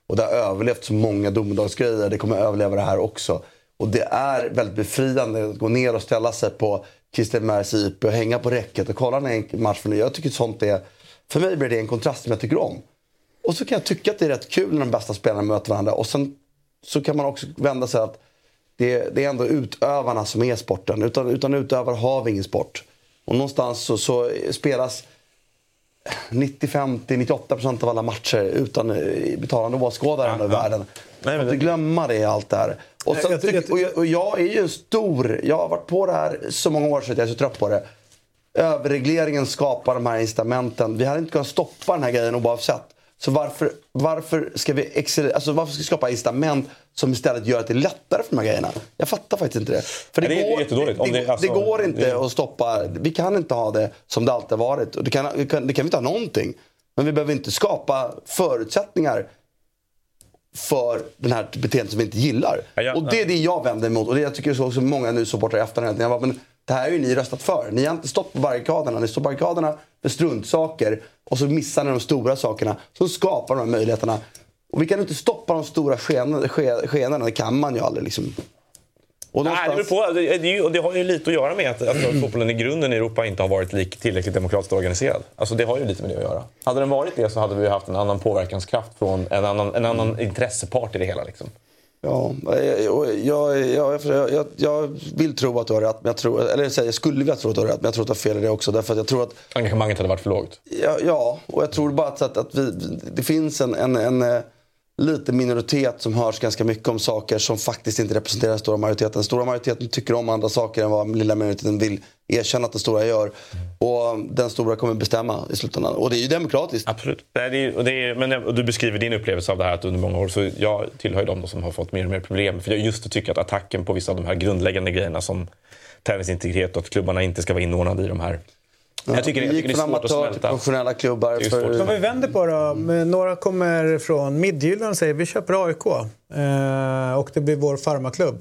Och det har överlevt så många domedagsgrejer. Det kommer överleva det här också. Och det är väldigt befriande att gå ner och ställa sig på Christian Mers I P och hänga på räcket och kolla en match. För jag tycker sånt är, för mig blir det en kontrast som jag tycker om. Och så kan jag tycka att det är rätt kul när de bästa spelarna möter varandra. Och sen så kan man också vända sig att det, det är ändå utövarna som är sporten. Utan, utan utövare har vi ingen sport. Och någonstans så, så spelas nittiofem till nittioåtta procent av alla matcher utan betalande åskådare ja, i ja. världen. Nej, men det... glömma det i allt det här. Och, så, jag, jag, och, jag, och jag är ju en stor... Jag har varit på det här så många år så att jag är så trött på det. Överregleringen skapar de här incitamenten. Vi hade inte kunnat stoppa den här grejen oavsett. Så varför, varför ska vi excel, alltså varför ska vi skapa incitament som istället gör att det är lättare för de här grejerna? Jag fattar faktiskt inte det. För det, det, går, det, det, det, alltså, det går inte det... att stoppa. Vi kan inte ha det som det alltid har varit. Och det, kan, det, kan, det kan vi inte ha någonting. Men vi behöver inte skapa förutsättningar för den här beteendet som vi inte gillar. Ja, ja, och det är det jag vänder emot. Och det jag tycker så också många nu supportrar i efterhand. Jag bara, men det här är ju ni röstat för. Ni har inte stått på barrikaderna. Ni står på barrikaderna för struntsaker. Och så missar ni de stora sakerna. Så skapar de här möjligheterna. Och vi kan inte stoppa de stora skenorna. Det kan man ju aldrig liksom. Och Nej, det, på, det, är ju, och det har ju lite att göra med att, att fotbollen i grunden i Europa inte har varit lik, tillräckligt demokratiskt organiserad. Alltså det har ju lite med det att göra. Hade den varit det så hade vi haft en annan påverkanskraft från en annan, en annan intressepart i det hela. Liksom. Ja, jag, jag, jag, jag, jag vill tro att du har rätt, men jag tror, eller jag säger, jag skulle vilja tro att du har rätt, men jag tror att du har fel i det också. Därför att jag tror att engagemanget hade varit för lågt. Ja, ja och jag tror bara att, att vi, det finns en, en, en liten minoritet som hörs ganska mycket om saker som faktiskt inte representerar den stora majoriteten. Den stora majoriteten tycker om andra saker än vad den lilla minoriteten vill erkänna att den stora gör. Och den stora kommer bestämma i slutändan. Och det är ju demokratiskt. Absolut. Det är, och det är, men och du beskriver din upplevelse av det här att under många år, så jag tillhör ju de som har fått mer och mer problem. För jag just tycker att attacken på vissa av de här grundläggande grejerna som tävlingsintegritet och att klubbarna inte ska vara inordnade i de här. Ja, jag tycker, jag tycker det är svårt att smälta. Till professionella klubbar. För... Om vi vänder på då. Några kommer från Midtjylland och säger vi köper A I K. Eh, och det blir vår farmaklubb.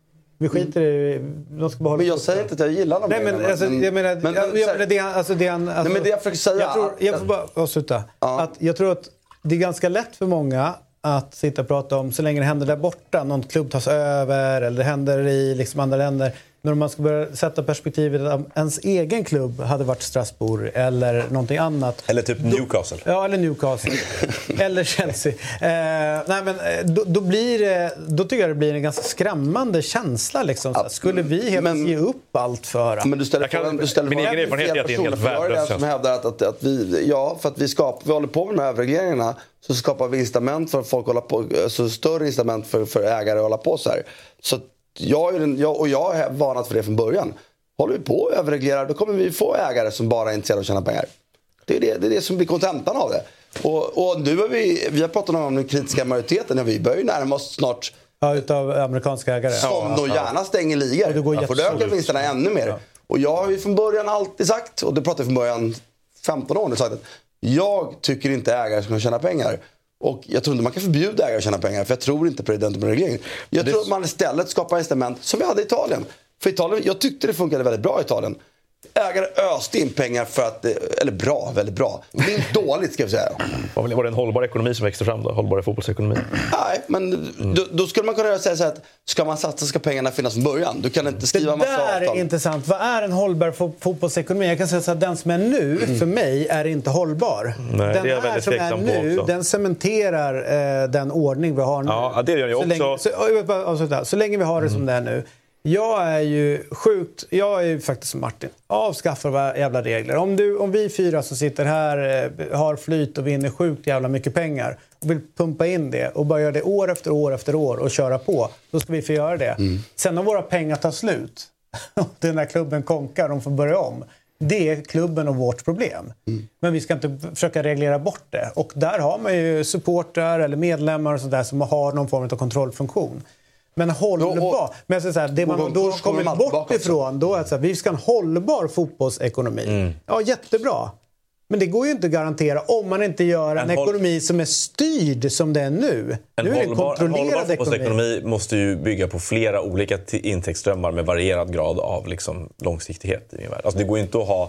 Vi skiter i... De ska men jag säger inte att jag gillar dem. Nej, men, alltså, jag menar... Men, jag, jag, jag, det, alltså, det, alltså, nej, men det jag försöker säga... Jag, tror, jag får bara avsluta. Ja. Att jag tror att det är ganska lätt för många att sitta och prata om så länge det händer där borta. Någon klubb tas över eller det händer i liksom andra länder. När man ska börja sätta perspektivet att ens egen klubb hade varit Strasbourg eller någonting annat. Eller typ Newcastle. Då, ja, eller Newcastle. eller Chelsea. Eh, nej, men då, då, blir det, då tycker jag det blir en ganska skrämmande känsla. Liksom. Ja, skulle vi helt men, ge upp allt för? Men du ställer frågan, du ställer min egen erfarenhet är att det är helt värdelöst. Som hävdar att, att, att vi, ja, för att vi, skapar, vi håller på med de här överregleringarna så skapar vi incitament för folk att hålla på, alltså större incitament för, för ägare att hålla på så här. Så Jag, är den, jag, och jag har varnat för det från början. Håller vi på att överreglera, då kommer vi få ägare som bara är intresserade av att tjäna pengar. Det är det, det, är det som blir kontentan av det. Och, och nu har vi, vi har pratat om den kritiska majoriteten. Ja, vi börjar ju närma oss snart... Ja, utav amerikanska ägare. Som ja, då gärna stänger ligor. Ja, får du öka vinsterna ännu mer. Ja. Och jag har ju från början alltid sagt, och det pratade jag från början femton år nu, sagt att jag tycker inte ägare ska tjäna pengar. Och jag tror inte man kan förbjuda ägare att tjäna pengar. För jag tror inte på det med regleringen. Jag det... tror att man istället skapar incitament som vi hade i Italien. För Italien, jag tyckte det funkade väldigt bra i Italien. Ägare öste in pengar för att, eller bra, väldigt bra. Det är inte dåligt ska vi säga. Var det en hållbar ekonomi som växte fram då? Hållbar fotbollsekonomi? Nej, men mm. då, då skulle man kunna säga så här att ska man satsa ska pengarna finnas från början. Du kan inte skriva massa avtal. Det där är intressant. Vad är en hållbar fo- fotbollsekonomi? Jag kan säga så att den som är nu mm. för mig är inte hållbar. Nej, den det är här som är nu, också. Den cementerar eh, den ordning vi har nu. Ja, det gör jag också. Så länge, så, så länge vi har det mm. som det är nu. Jag är ju sjukt, jag är ju faktiskt som Martin. Avskaffa våra jävla regler. Om, du, om vi fyra som sitter här eh, har flyt och vinner sjukt jävla mycket pengar och vill pumpa in det och bara göra det år efter år efter år och köra på, då ska vi få göra det. Mm. Sen om våra pengar tar slut och den här klubben konkar och de får börja om, det är klubben och vårt problem. Mm. Men vi ska inte försöka reglera bort det. Och där har man ju supportrar eller medlemmar och sådär som har någon form av kontrollfunktion. Men hållbar. Men jag säger så här, det man då kommit bort ifrån då är att vi ska ha en hållbar fotbollsekonomi. Mm. Ja, jättebra. Men det går ju inte att garantera om man inte gör en, en ekonomi håll... som är styrd som det är nu. En nu är det hållbar, kontrollerad en hållbar fotbollsekonomi måste ju bygga på flera olika t- intäktsströmmar med varierad grad av liksom, långsiktighet i min värld. Alltså det går ju inte att ha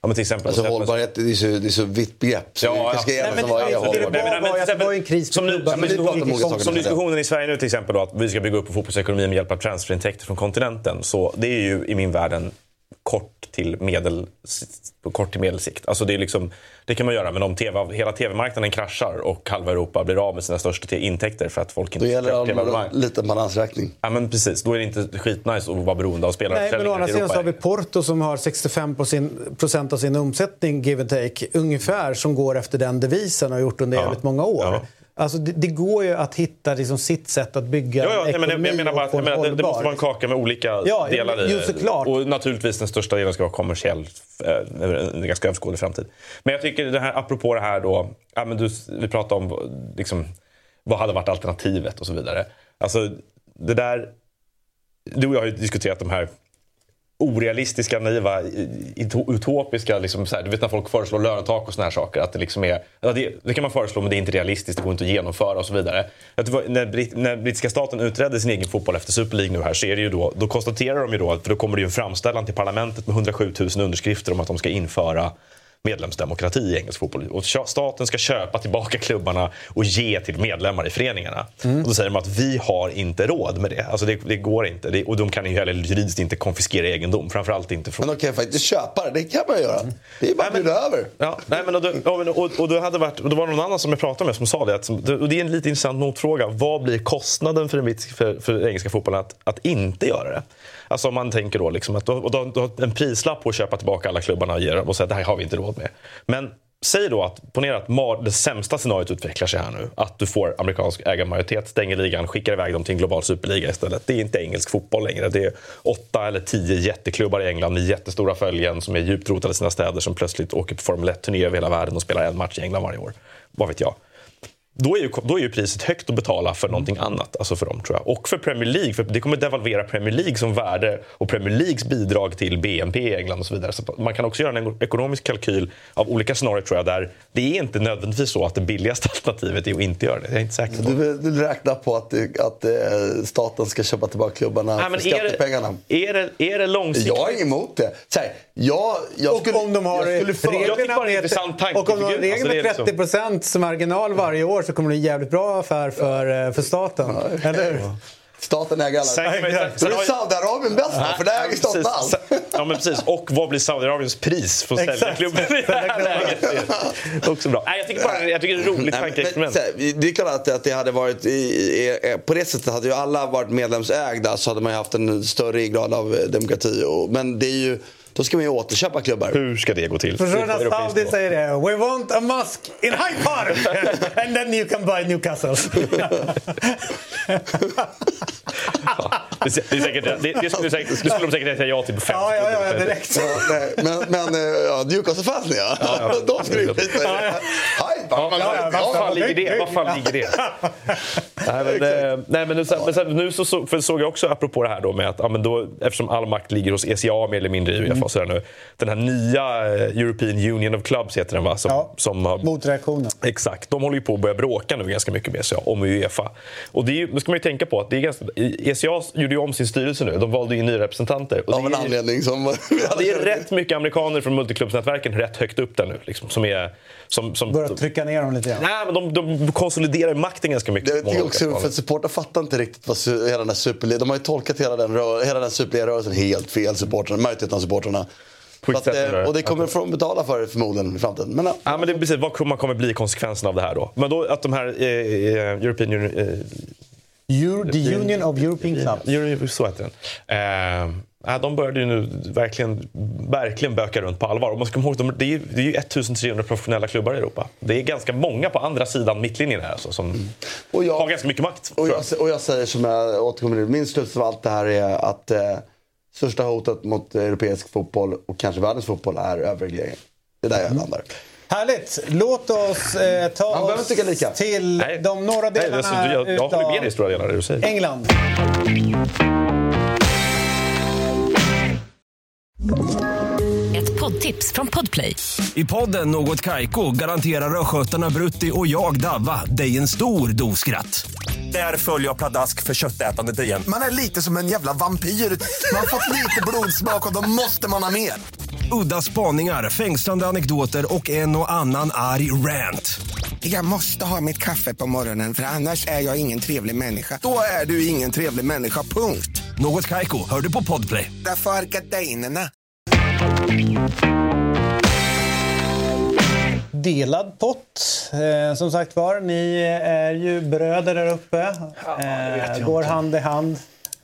Ja, men till exempel, alltså hållbarhet, det är så, det är så vitt begrepp. Så ja, ja, ska nej, men, vad är hållbarhet? Det var, var, var, var en kris som, klubbar, som, som, som, som diskussionen i Sverige nu till exempel då, att vi ska bygga upp fotbollsekonomi med hjälp av transferintäkter från kontinenten. Så det är ju i min värld en kort till medel kort till medelsikt. Alltså det är liksom, det kan man göra, men om T V, hela tv-marknaden kraschar och halva Europa blir av med sina största intäkter för att folk inte då gäller det en liten balansräkning. Ja, men precis, då är det inte skitnice att vara beroende av spelare. Nej, men å andra sidan så har vi Porto som har sextiofem procent av sin omsättning give and take ungefär, som går efter den devisen och har gjort under ja. jävligt många år. Ja. Alltså det, det går ju att hitta liksom sitt sätt att bygga ja, ja, ekonomi. Men jag menar bara att menar, det, det måste vara en kaka med olika ja, delar i det. Och naturligtvis den största delen ska vara kommersiell över en ganska överskådlig framtid. Men jag tycker det här, apropå det här då, ja, men du, vi pratar om liksom, vad hade varit alternativet och så vidare. Alltså det där, du och jag har ju diskuterat de här orealistiska, naiva, utopiska liksom så här, du vet när folk föreslår lönetak och såna här saker, att det liksom är, ja, det, det kan man föreslå men det är inte realistiskt, det går inte att genomföra och så vidare. Att det var, när, Brit, när brittiska staten utredde sin egen fotboll efter Super League nu här, så är det ju då, då konstaterar de ju då, för då kommer det ju en framställan till parlamentet med hundrasju tusen underskrifter om att de ska införa medlemsdemokrati i engelsk fotboll. Och staten ska köpa tillbaka klubbarna och ge till medlemmar i föreningarna. Mm. Och då säger de att vi har inte råd med det. Alltså det, det går inte. Det, och de kan ju heller juridiskt inte konfiskera egendom. Framförallt inte från... Men de kan faktiskt köpa det. Det kan man göra. Det är bara att bjuda över. Ja, nej, men och, och, och, och, då hade varit, och då var det någon annan som jag pratade med som sa det. Att, och det är en lite intressant motfråga. Vad blir kostnaden för, en, för, för engelska fotbollen att, att inte göra det? Alltså om man tänker då liksom att då, då, då en prislapp på att köpa tillbaka alla klubbarna och, ger, och säga att det här har vi inte råd med. Men säg då att, ponera att mar, det sämsta scenariot utvecklar sig här nu. Att du får amerikansk ägarmajoritet, stänger ligan, skickar iväg dem till en global superliga istället. Det är inte engelsk fotboll längre. Det är åtta eller tio jätteklubbar i England med jättestora följen som är djupt rotade i sina städer som plötsligt åker på Formel ett-turné över hela världen och spelar en match i England varje år. Vad vet jag? Då är, ju, då är ju priset högt att betala för någonting annat, alltså för dem tror jag. Och för Premier League, för det kommer devalvera Premier League som värde och Premier Leagues bidrag till B N P i England och så vidare. Så man kan också göra en ekonomisk kalkyl av olika scenarier tror jag, där det är inte nödvändigtvis så att det billigaste alternativet är att inte göra det. Jag är inte säker på. Du, du räknar på att, att staten ska köpa tillbaka klubbarna Nej, för skattepengarna. Är det, är det långsiktigt? Jag är ingen emot det. Så här, jag, jag skulle, och om de har reglerna med, och om de har regler med trettio procent marginal varje år, så kommer det en jävligt bra affär för, för staten. Ja, eller hur? Staten äger alla. Sen är Saudiarabien bäst då, för det äger staten allt. Ja, men precis. Och vad blir Saudiarabiens pris för att sälja klubben i det här läget? Också bra. Nej, jag tycker bara jag tycker det är ett roligt tankeexperiment. Det är klart att, att det hade varit i, på det sättet hade ju alla varit medlemsägda, så hade man ju haft en större grad av demokrati. Och, men det är ju då ska man ju återköpa klubbar. Hur ska det gå till? För så när Saudi säger det, we want a mosque in Hyde Park and then you can buy Newcastle. Ja, det, det, är säkert, det, det, skulle säkert, det skulle de säkert säga ja till på fem. Ja, ja, ja, direkt. Ja, nej, men men ja, Newcastle-fans, ja. Ja, ja. De skulle ju skita i det. Hyde Park. Vad fan ligger det? Vad fan ligger det? Nej, men, nej, men nu, men sen, nu så, så, för såg jag också apropå det här då med att ja, men då, eftersom all makt ligger hos E C A mer eller mindre i UEFA, så nu, den här nya European Union of Clubs heter den, va? Som, ja, som har, motreaktionen. Exakt, de håller ju på att börja bråka nu ganska mycket med E C A om UEFA. Och det är ju, nu ska man ju tänka på att det är ganska, E C A gjorde ju om sin styrelse nu, de valde ju nya representanter. Och av en anledning som... det är rätt mycket amerikaner från multiklubbsnätverken rätt högt upp där nu, liksom, som är... Som, som, börjar trycka ner dem lite grann. Nej, men de, de konsoliderar makten ganska mycket. Det är också för supportrar fattar inte riktigt vad hela den här superliga... De har ju tolkat hela den, hela den superliga rörelsen helt fel, supportrarna, majoriteten av supportrarna. Att, och det kommer från betala för förmodligen i framtiden. Men, ja. Ja, men det är precis, vad man kommer bli konsekvensen av det här då? Men då att de här eh, European Union... Eh, Euro, the Union of European Clubs. Euro, så heter den. Eh, de började ju nu verkligen, verkligen böka runt på allvar. Och man ska komma ihåg, de, det är ju, det är ju ettusentrehundra professionella klubbar i Europa. Det är ganska många på andra sidan mittlinjen här alltså, som mm. och jag, har ganska mycket makt. Och jag, och jag säger som jag återkommer nu, min slutsats av allt det här är att eh, största hotet mot europeisk fotboll och kanske världens fotboll är överregleringen. Det är där jag landar. Härligt. Låt oss eh, ta Man oss till Nej. de norra delarna. Nej, alltså, jag, jag håller med dig i stora delar du säger. England. Ett poddtips från Podplay. I podden Något Kaiko garanterar röskötarna Brutti och jag Davva dig en stor doskratt. Där följer jag pladask för köttätandet igen. Man är lite som en jävla vampyr. Man har fått lite blodsmak och då måste man ha mer. Udda spaningar, fängslande anekdoter och en och annan arg rant. Jag måste ha mitt kaffe på morgonen för annars är jag ingen trevlig människa. Då är du ingen trevlig människa, punkt. Något Kaiko, hör du på Podplay. Därför är gardinerna. Delad pott. Eh, som sagt var, ni är ju bröder där uppe. Eh, går inte. Hand i hand.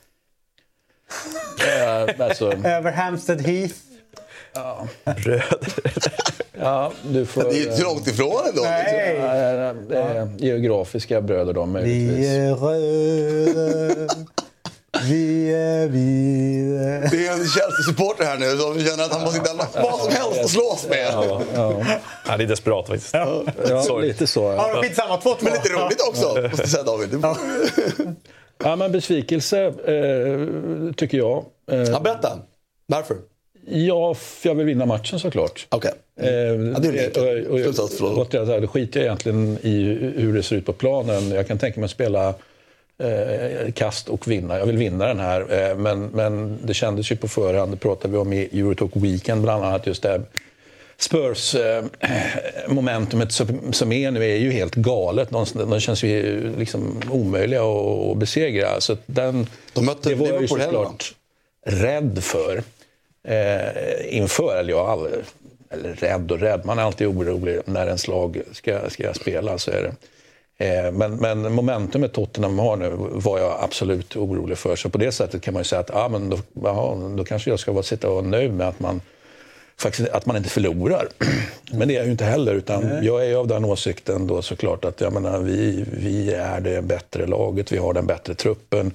Eh, alltså. Över Hampstead Heath. Ja. Bröder. Ja, du får... Det är ju inte långt ifrån ändå. Nej. Liksom. Det är geografiska bröder de möjligtvis. Vi är röda. Vi är vi. Det är en Chelsea-supporter här nu som känner att han måste hitta vad som helst att slås med. Ja, ja. Ja, det är desperat faktiskt. Ja, ja lite så. Ja, ja skitsamma. Två, två. Men lite roligt också, måste jag säga, David. Ja. Ja, men besvikelse eh, tycker jag. Eh, ja, berätta. Varför? Ja, för jag vill vinna matchen såklart. Okej. Okay. Eh, ja, det är det. Det skiter jag egentligen i hur det ser ut på planen. Jag kan tänka mig att spela eh, kast och vinna. Jag vill vinna den här. Eh, men, men det kändes ju på förhand, det pratade vi om i Eurotalk Weekend bland annat, just det. Spurs eh, momentumet som, som är nu är ju helt galet. De, de känns ju liksom omöjliga att, att besegra. Så den, de mötte det var jag ju såklart rädd för. Eh, inför, eller jag aldrig, eller rädd och rädd, man är alltid orolig när ens lag ska, ska spela, så är det. Eh, men, men momentumet Tottenham har nu var jag absolut orolig för, så på det sättet kan man ju säga att ah, men då, aha, då kanske jag ska vara, sitta och vara nöjd med att man faktiskt att man inte förlorar. Men det är jag ju inte heller, utan Nej. jag är ju av den åsikten då såklart att jag menar, vi, vi är det bättre laget, vi har den bättre truppen.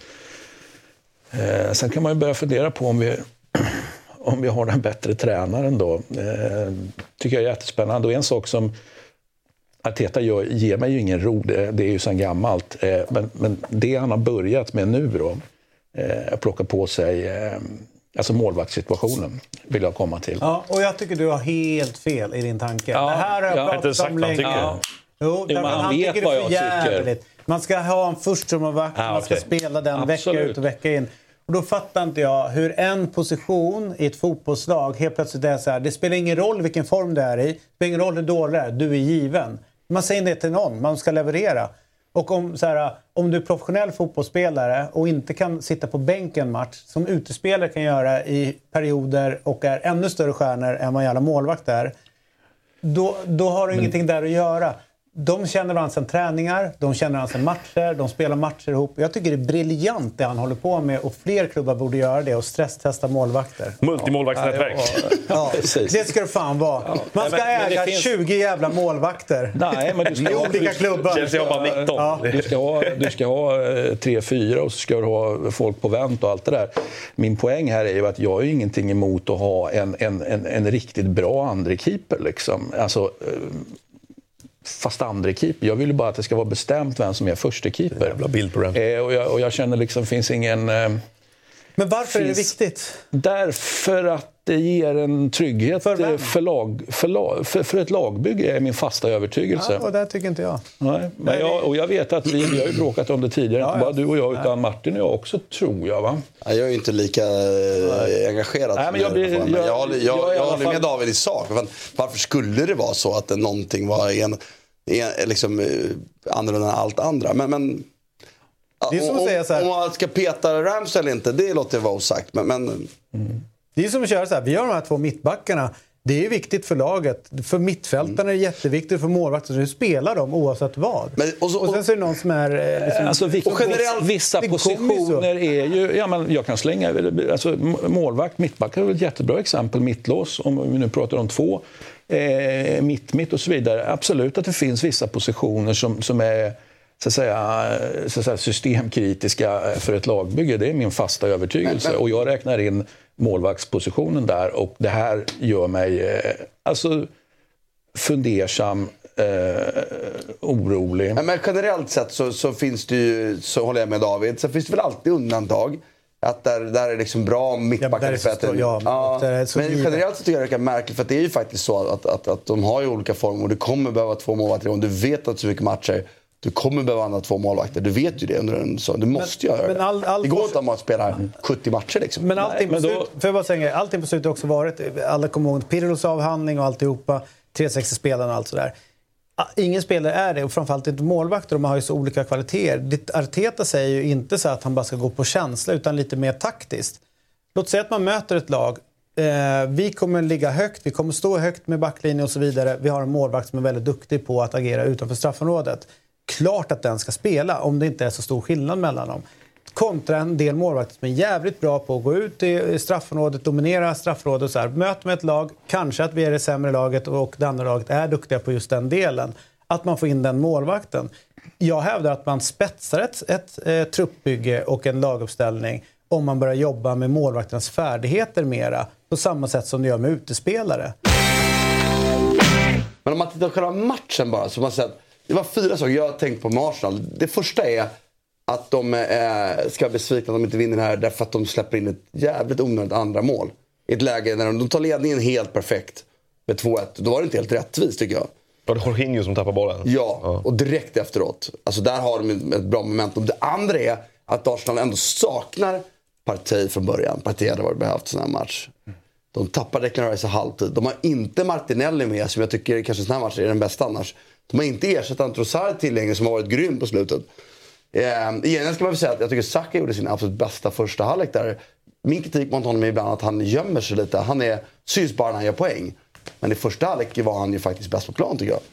Eh, sen kan man ju börja fundera på om vi om vi har den bättre tränaren då. Eh, tycker jag är jättespännande. Och en sak som Arteta gör, ger mig ju ingen ro, det, det är ju sedan gammalt. Eh, men, men det han har börjat med nu då, eh, plocka på sig, eh, alltså målvaktssituationen vill jag komma till. Ja, och jag tycker du har helt fel i din tanke. Ja, det här har jag ja, pratat om länge. Ja. Jo, jo, han, han vet tycker vad det är för jag jävligt. tycker. Man ska ha en förstemålvakt, ah, man ska okay. spela den Absolut. vecka ut och vecka in. Och då fattar inte jag hur en position i ett fotbollslag helt plötsligt är så här: det spelar ingen roll vilken form det är i, det spelar ingen roll hur dålig det är, du är given. Man säger det till någon, man ska leverera. Och om, så här, om du är professionell fotbollsspelare och inte kan sitta på bänken match, som utespelare kan göra i perioder och är ännu större stjärnor än vad jävla målvakt är, då, då har du Men... ingenting där att göra. De känner varandra sedan träningar, de känner varandra sedan matcher, de spelar matcher ihop. Jag tycker det är briljant det han håller på med, och fler klubbar borde göra det och stresstesta målvakter. Multimålvaktsnätverk. Ja, ja, ja. Det ska det fan vara. Man ska Nej, men, äga men finns... tjugo jävla målvakter. Nej, men du ska i ha olika klubbar. Du ska, ha nitton. Ja. Du ska ha, du ska ha tre fyra och så ska du ha folk på vänt och allt det där. Min poäng här är ju att jag har ju ingenting emot att ha en, en, en, en riktigt bra andra keeper liksom. Alltså... fast andra keeper. Jag vill ju bara att det ska vara bestämt vem som är första keeper. Jävla bild på den. Eh, och, jag, och jag känner liksom finns ingen... Eh, Men varför finns, är det viktigt? Därför att det ger en trygghet för, för, för, lag, för, lag, för, för ett lagbygge är min fasta övertygelse. Ja, och det tycker inte jag. Nej, men jag, och jag vet att vi, vi har ju bråkat om det tidigare. Ja, inte bara du och jag, utan Martin och jag också, tror jag. Va? Jag är ju inte lika äh, engagerad. Nej, men jag, blir, jag, jag, jag, håller, jag, jag, jag håller fall... med David i sak. Varför skulle det vara så att det någonting var en, en, liksom, annorlunda än allt andra? Men... men det är som att säga så här. Om man ska peta Ramsey eller inte, det låter vara osagt. Men, men... Mm. Det är som att köra så här. Vi har de här två mittbackarna. Det är viktigt för laget. För mittfältarna mm. är det jätteviktigt, för målvakter. Så spelar de oavsett vad. Men, och, så, och, och sen så är det någon som är... Liksom, alltså, vi, och generellt, vissa positioner är ju... Ja, men jag kan slänga... Alltså, målvakt, mittback är väl ett jättebra exempel. Mittlås, om vi nu pratar om två. Eh, mitt, mitt och så vidare. Absolut att det finns vissa positioner som, som är... Så att säga, så att säga systemkritiska för ett lagbygge. Det är min fasta övertygelse. Men, men... Och jag räknar in målvaktspositionen där. Och det här gör mig eh, alltså fundersam, eh, orolig. Men generellt sett så, så finns det ju, så håller jag med David, så finns det väl alltid undantag. Att där, där är liksom bra mittbackar. Ja, men, ja, ja, men generellt så tycker jag det är märkligt, för att det är ju faktiskt så att, att, att de har ju olika former och det kommer behöva två målvakter om du vet att så mycket matcher. Du kommer behöva andra två målvakter. Du vet ju det under en så. Du måste men, göra men all, all det. Det går inte om man spelar sjuttio matcher liksom. Men allting Nej, på men då... slut, för jag bara säga, allting på slutet har också varit, alla kommer ihåg Pirlos avhandling och alltihopa, trehundrasextio-spelarna och allt sådär. Ingen spelare är det, och framförallt inte målvakter, de har ju så olika kvaliteter. Ditt Arteta säger ju inte så att han bara ska gå på känsla, utan lite mer taktiskt. Låt säga att man möter ett lag, eh, vi kommer ligga högt, vi kommer stå högt med backlinje och så vidare. Vi har en målvakt som är väldigt duktig på att agera utanför straffområdet. Klart att den ska spela, om det inte är så stor skillnad mellan dem. Kontra en del målvakter som är jävligt bra på att gå ut i straffområdet, dominera straffområdet och så här. Möt med ett lag, kanske att vi är det sämre laget och det andra laget är duktiga på just den delen. Att man får in den målvakten. Jag hävdar att man spetsar ett, ett, ett truppbygge och en laguppställning om man börjar jobba med målvakternas färdigheter mera, på samma sätt som det gör med utespelare. Men om man tittar på själva matchen bara, så man säger att det var fyra saker jag har tänkt på med Arsenal. Det första är att de eh, ska besvikna att de inte vinner här därför att de släpper in ett jävligt onödigt andra mål. I ett läge när de, de tar ledningen helt perfekt med två ett. Då var det inte helt rättvist tycker jag. Var det Jorginho som tappar bollen? Ja, ja, och direkt efteråt. Alltså där har de ett bra momentum. Det andra är att Arsenal ändå saknar Partey från början. Partey hade varit behövt sån här match. De tappar Declan Rice i halvtid. De har inte Martinelli med, som jag tycker kanske sån här match är den bästa annars. De har inte ersatt en Trossard tillgänglig som har varit grym på slutet. Eh, igen ska man väl säga att jag tycker Saka gjorde sin absolut bästa första halvlek där. Min kritik mot honom är ibland att han gömmer sig lite. Han är syns bara när han gör poäng. Men i första halvlek var han ju faktiskt bäst på plan tycker jag.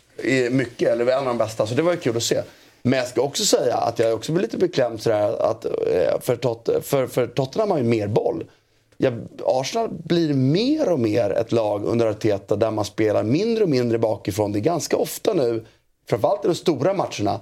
I mycket, eller en av de bästa. Så det var ju kul att se. Men jag ska också säga att jag också blir lite beklämd sådär att för, Tot- för, för Tottenham har ju mer boll. Ja, Arsenal blir mer och mer ett lag under Arteta där man spelar mindre och mindre bakifrån. Det är ganska ofta nu, framförallt i de stora matcherna,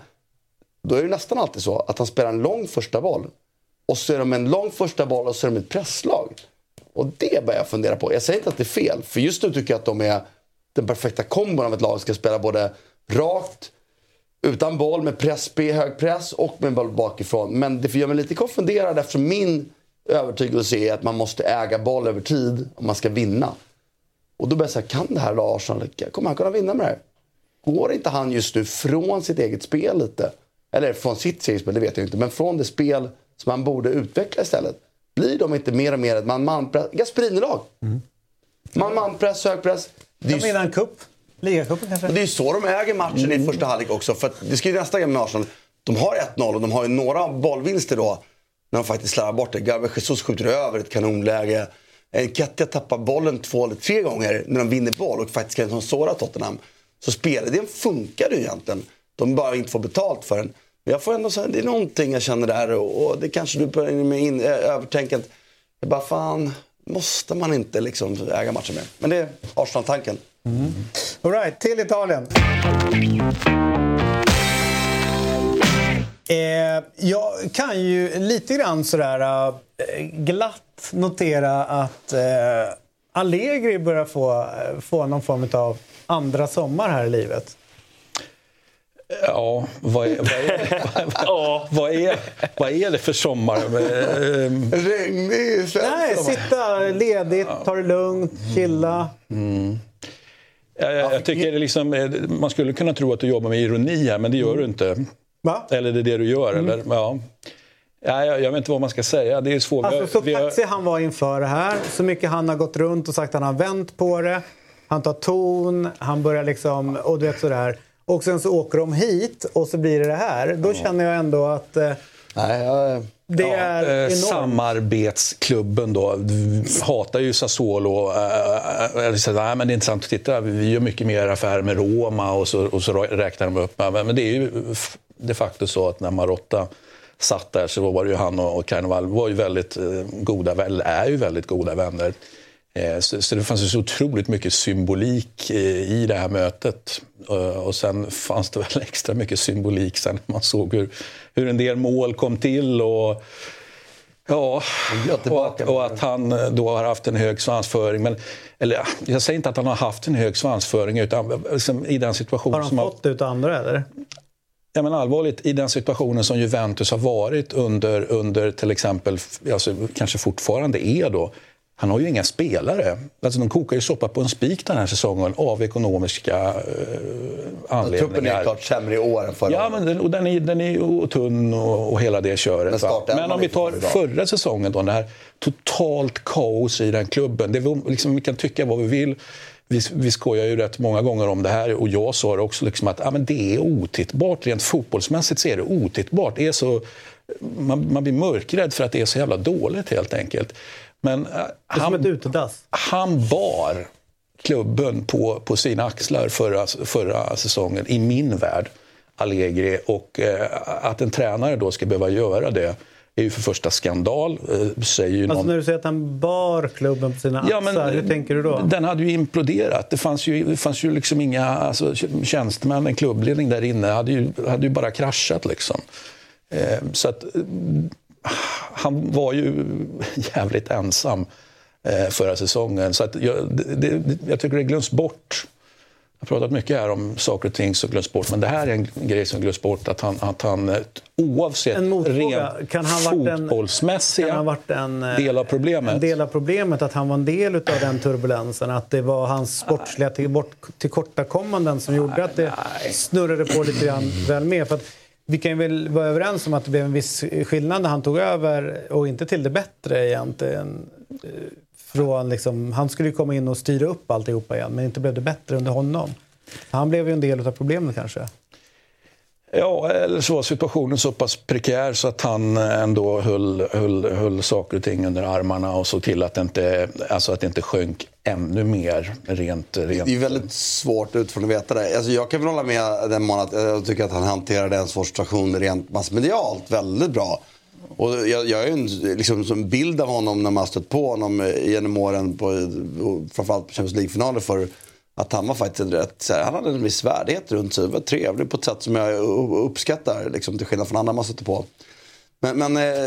då är det nästan alltid så att han spelar en lång första boll. Och så är de en lång första boll och så är de ett presslag. Och det börjar jag fundera på. Jag säger inte att det är fel, för just nu tycker jag att de är den perfekta kombon av ett lag som ska spela både rakt, utan boll, med press, hög press och med boll bakifrån. Men det gör mig lite konfunderad eftersom min övertygelse är att man måste äga boll över tid om man ska vinna. Och då börjar jag säga, kan det här då Arsenal lycka? Kommer han kunna vinna med det här? Går inte han just nu från sitt eget spel lite? Eller från sitt eget spel, det vet jag inte. Men från det spel som han borde utveckla istället. Blir de inte mer och mer ett man-man-press? Gasperini-lag. Mm. Man-man-press, högpress. De vinner en cup. Ligacupen kanske. Det är ju så de äger matchen mm. i första halvlek också. För att det ska ju nästa gång med Arsenal. De har ett noll och de har ju några bollvinster då. När de faktiskt slarvar bort det. Gabriel Jesus skjuter över ett kanonläge. Nketiah tappar bollen två eller tre gånger när de vinner boll och faktiskt kan såra Tottenham. Så spelidén funkar ju egentligen. De bara inte får betalt för den. Men jag får ändå säga, det är någonting jag känner där. Och, och det kanske du börjar med in, övertänket. Jag bara, fan, måste man inte liksom äga matchen med? Men det är Arsenal-tanken. Mm. All right, till Italien. Eh, jag kan ju lite grann sådär äh, glatt notera att äh, Allegri börjar få, få någon form av andra sommar här i livet. Ja, vad är, vad är, vad, vad är, vad är det för sommar? Regnig, Nej, sitta ledigt, ta det lugnt, chilla. Mm. Jag, jag, jag tycker det liksom, man skulle kunna tro att du jobbar med ironi här, men det gör du inte. Va? Eller det är det du gör, mm. eller? Ja. Ja, jag, jag vet inte vad man ska säga. Det är svårt. Alltså, så vi har... taxig han var inför det här. Så mycket han har gått runt och sagt att han har vänt på det. Han tar ton, han börjar liksom, och du vet sådär. Och sen så åker de hit och så blir det det här. Då känner jag ändå att eh, Nej, jag... det ja, är eh, enormt. Samarbetsklubben då hatar ju Sassuolo. Eh, eh, så, nej, men det är intressant att titta. Vi gör mycket mer affärer med Roma och så, och så räknar de upp. Men det är ju de facto så att när Marotta satt där så var det ju han och, och Carnival var ju väldigt eh, goda, väl är ju väldigt goda vänner. Så, så det fanns ju så otroligt mycket symbolik i det här mötet. Och sen fanns det väl extra mycket symbolik sen när man såg hur, hur en del mål kom till. Och, ja, och att, och att han då har haft en hög svansföring. Men, eller, jag säger inte att han har haft en hög svansföring, utan liksom, i den situationen... Har han som fått har, ut andra, eller? Ja, men allvarligt, i den situationen som Juventus har varit under, under till exempel, alltså, kanske fortfarande är då. han har ju inga spelare. Alltså de kokar ju soppa på en spik den här säsongen av ekonomiska eh, anledningar. Truppen är klart sämre i år än förra. Ja, men den, och den är, den är tunn och, och hela det köret. Men, men om vi tar förra säsongen då, det här totalt kaos i den klubben. Det var, liksom, vi kan tycka vad vi vill. Vi, vi skojar ju rätt många gånger om det här och jag sa det också liksom att ja, men det är otittbart. Rent fotbollsmässigt så är det otittbart. Det är så, man, man blir mörkrädd för att det är så jävla dåligt helt enkelt. Men uh, han, han bar klubben på, på sina axlar förra, förra säsongen i min värld, Allegri. Och uh, att en tränare då ska behöva göra det är ju för första skandal. Uh, säger ju alltså någon... när du säger att han bar klubben på sina axlar, ja, men, hur tänker du då? Den hade ju imploderat. Det fanns ju, det fanns ju liksom inga alltså, tjänstemän, en klubbledning där inne hade ju, hade ju bara kraschat liksom. Uh, så att... Uh, han var ju jävligt ensam eh, förra säsongen. Så att jag, det, det, jag tycker det glöms bort. Jag har pratat mycket här om saker och ting som glöms bort. Men det här är en grej som glöms bort. Att han, att han oavsett rent kan han fotbollsmässiga kan han varit en, del av problemet. En del av problemet att han var en del av den turbulensen. Att det var hans sportsliga till, tillkortakommanden som gjorde nej, att det nej. snurrade på lite grann väl med. För att vi kan väl vara överens om att det blev en viss skillnad när han tog över och inte till det bättre egentligen. Från liksom, han skulle ju komma in och styra upp alltihopa igen, men inte blev det bättre under honom. Han blev ju en del av problemet kanske. Ja, eller så var situationen så pass prekär så att han ändå höll, höll, höll saker och ting under armarna och såg till att det inte, alltså att det inte sjönk ännu mer rent, rent. Det är väldigt svårt utifrån att veta det. Alltså jag kan väl hålla med den mån att jag tycker att han hanterade en svår situation rent massmedialt väldigt bra. Och jag, jag är ju en liksom, som bild av honom när man stött på honom genom åren på, framförallt på Champions League-finaler för att han var faktiskt en rätt, så här, han hade en viss värdighet runt sig, var trevlig på ett sätt som jag uppskattar liksom, till skillnad från andra man sätter på. Men, men eh,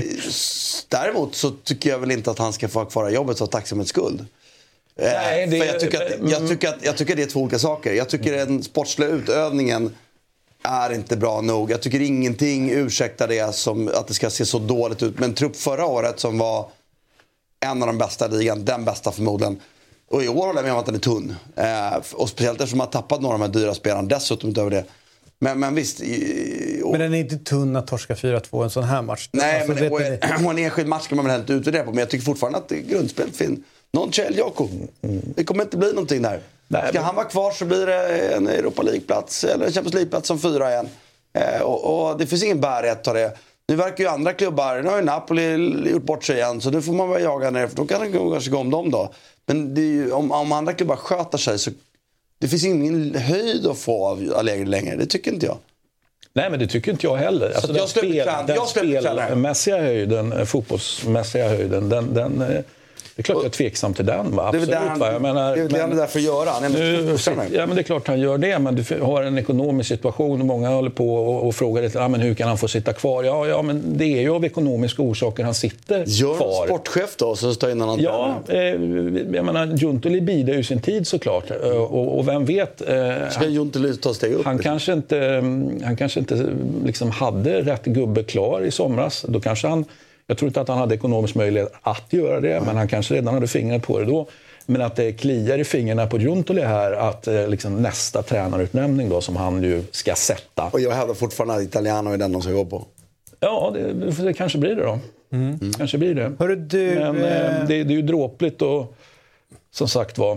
däremot så tycker jag väl inte att han ska få kvar jobbet så tacksamhetsskuld. Nej, det, för jag tycker, att, jag, tycker att, jag tycker att det är två olika saker. Jag tycker att den sportsliga utövningen är inte bra nog. Jag tycker ingenting ursäktar det som att det ska se så dåligt ut. Men trupp förra året som var en av de bästa i ligan, den bästa förmodligen. Och i år håller jag med om att den är tunn. Eh, och speciellt eftersom man har tappat några av de här dyra spelarna dessutom utöver det. Men, men visst... I, och... Men den är inte tunn att torska fyra två en sån här match. Nej, alltså, men och, och, och en enskild match kan man väl helt utvärdera på. Men jag tycker fortfarande att grundspelet finns. Någon Kjell Jakob. Det kommer inte bli någonting där. Nej, ska men... han vara kvar så blir det en Europa League-plats eller en Champions League-plats som fyra igen. Eh, och, och det finns ingen bärighet av det. Nu verkar ju andra klubbar, nu har ju Napoli gjort bort sig igen. Så nu får man väl jaga ner, för då kan det kanske gå om dem då. Men det är ju, om, om andra klubbar sköter sig så det finns ingen höjd att få av Allegri längre. Det tycker inte jag. Nej, men det tycker inte jag heller. Alltså, jag spel, klan, den jag spelmässiga höjden, fotbollsmässiga höjden, den... den det är klart jag är tveksam till den. Va? Absolut, det är väl va? Jag menar, det är väl därför att göra. Han nu, ja, men det är klart han gör det, men du har en ekonomisk situation och många håller på och, och frågar lite, ah, men hur kan han få sitta kvar? Ja, ja, men det är ju av ekonomiska orsaker han sitter gör kvar. Gör sportchef då, så står innan han Ja, eh, jag menar, Giuntoli bidar ju sin tid såklart. Och, och vem vet... Eh, Ska Giuntoli ta steg upp? Han kanske inte, han kanske inte liksom hade rätt gubbe klar i somras. Då kanske han... Jag tror inte att han hade ekonomisk möjlighet att göra det, mm. men han kanske redan hade fingret på det då. Men att det kliar i fingrarna på Giuntoli här att liksom, nästa tränarutnämning då, som han ju ska sätta. Och jag hävdar fortfarande att Italiano är den de ska gå på. Ja, det, det kanske blir det då. Mm. Mm. Kanske blir det. Hörru, du, men äh... det, det är ju dråpligt och som sagt var...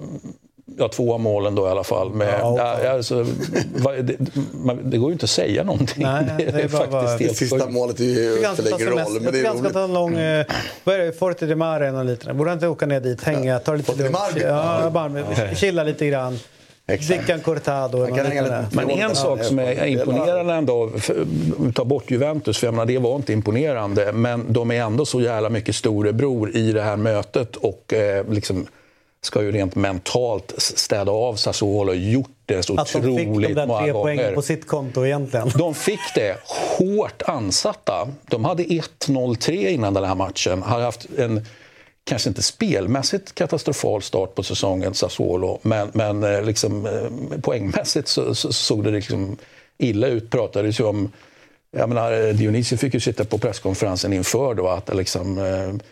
Ja, två av målen då i alla fall. Med, ja, ja, alltså, det, det går ju inte att säga någonting. Nej, det, det är, är faktiskt bara, helt sista sjuk. Målet är ju för ingen roll. Men det är ganska ta en lång... Eh, vad är det? Forte di Mare eller lite. Borde inte åka ner dit, hänga, ta lite lugnt. Ja, bara chilla lite grann. Dricka en cortado. Men en sak som är imponerande ändå, ta bort Juventus, för jag menar, det var inte imponerande. Men de är ändå så jävla mycket storebror i det här mötet och eh, liksom... ska ju rent mentalt städa av Sassuolo och gjort det så att otroligt många gånger. Att de fick de där tre poängen på sitt konto egentligen. De fick det hårt ansatta. De hade ett noll tre innan den här matchen. Hade haft en, kanske inte spelmässigt katastrofal start på säsongen Sassuolo, men, men liksom, poängmässigt så, så såg det liksom illa ut. Pratades ju om, jag menar, Dionisi fick ju sitta på presskonferensen inför då att liksom...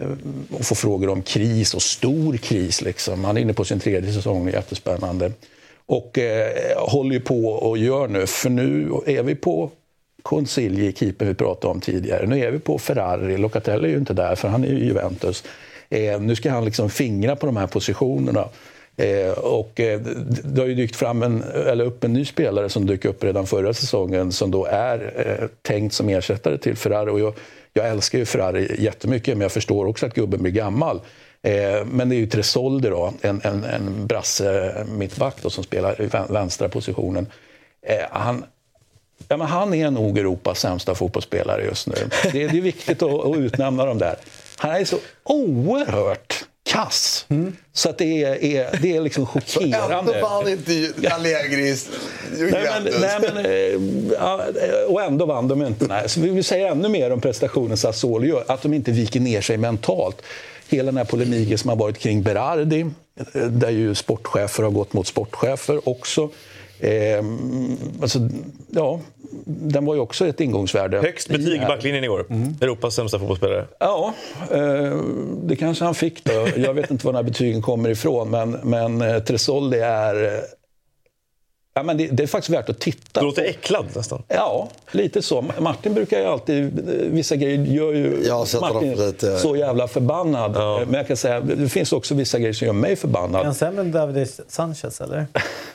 och får frågor om kris och stor kris. Liksom. Han är inne på sin tredje säsong, jättespännande. Och eh, håller ju på och gör nu, för nu är vi på Consigli, keeper vi pratade om tidigare. Nu är vi på Ferrari. Locatelli är ju inte där för han är ju Juventus. Eh, nu ska han liksom fingra på de här positionerna. Eh, och eh, det har ju dykt fram en, eller upp en ny spelare som dök upp redan förra säsongen som då är eh, tänkt som ersättare till Ferrari. Och jag, jag älskar ju Ferrari jättemycket, men jag förstår också att gubben blir gammal. Eh, men det är ju Tresoldi då, en, en, en brasse mittback då, som spelar i vänstra positionen. Eh, han Ja, men han är nog Europas sämsta fotbollsspelare just nu. Det är, det är viktigt att, att utnämna dem där. Han är så oerhört kass. Mm. Så att det är, är, det är liksom chockerande. Ändå vann inte Allegris. nej, men, nej, men, ja, och ändå vann de inte. Nej. Så vi vill säga ännu mer om prestationen Sassuolo gör. Att de inte viker ner sig mentalt. Hela den här polemiken som har varit kring Berardi. Där ju sportchefer har gått mot sportchefer också. Eh, alltså, ja, den var ju också ett ingångsvärde. Högst betyg i backlinjen i år. Mm. Europas sämsta fotbollsspelare. Ja, eh, det kanske han fick då. Jag vet inte var den här betygen kommer ifrån, men, men eh, Tresoldi är... Eh, ja, men det, det är faktiskt värt att titta. Du låter äcklad nästan. Ja, lite så. Martin brukar ju alltid... Vissa grejer gör ju Martin lite... så jävla förbannad. Ja. Men jag kan säga, det finns också vissa grejer som gör mig förbannad. Är han sämre än David Sanchez, eller?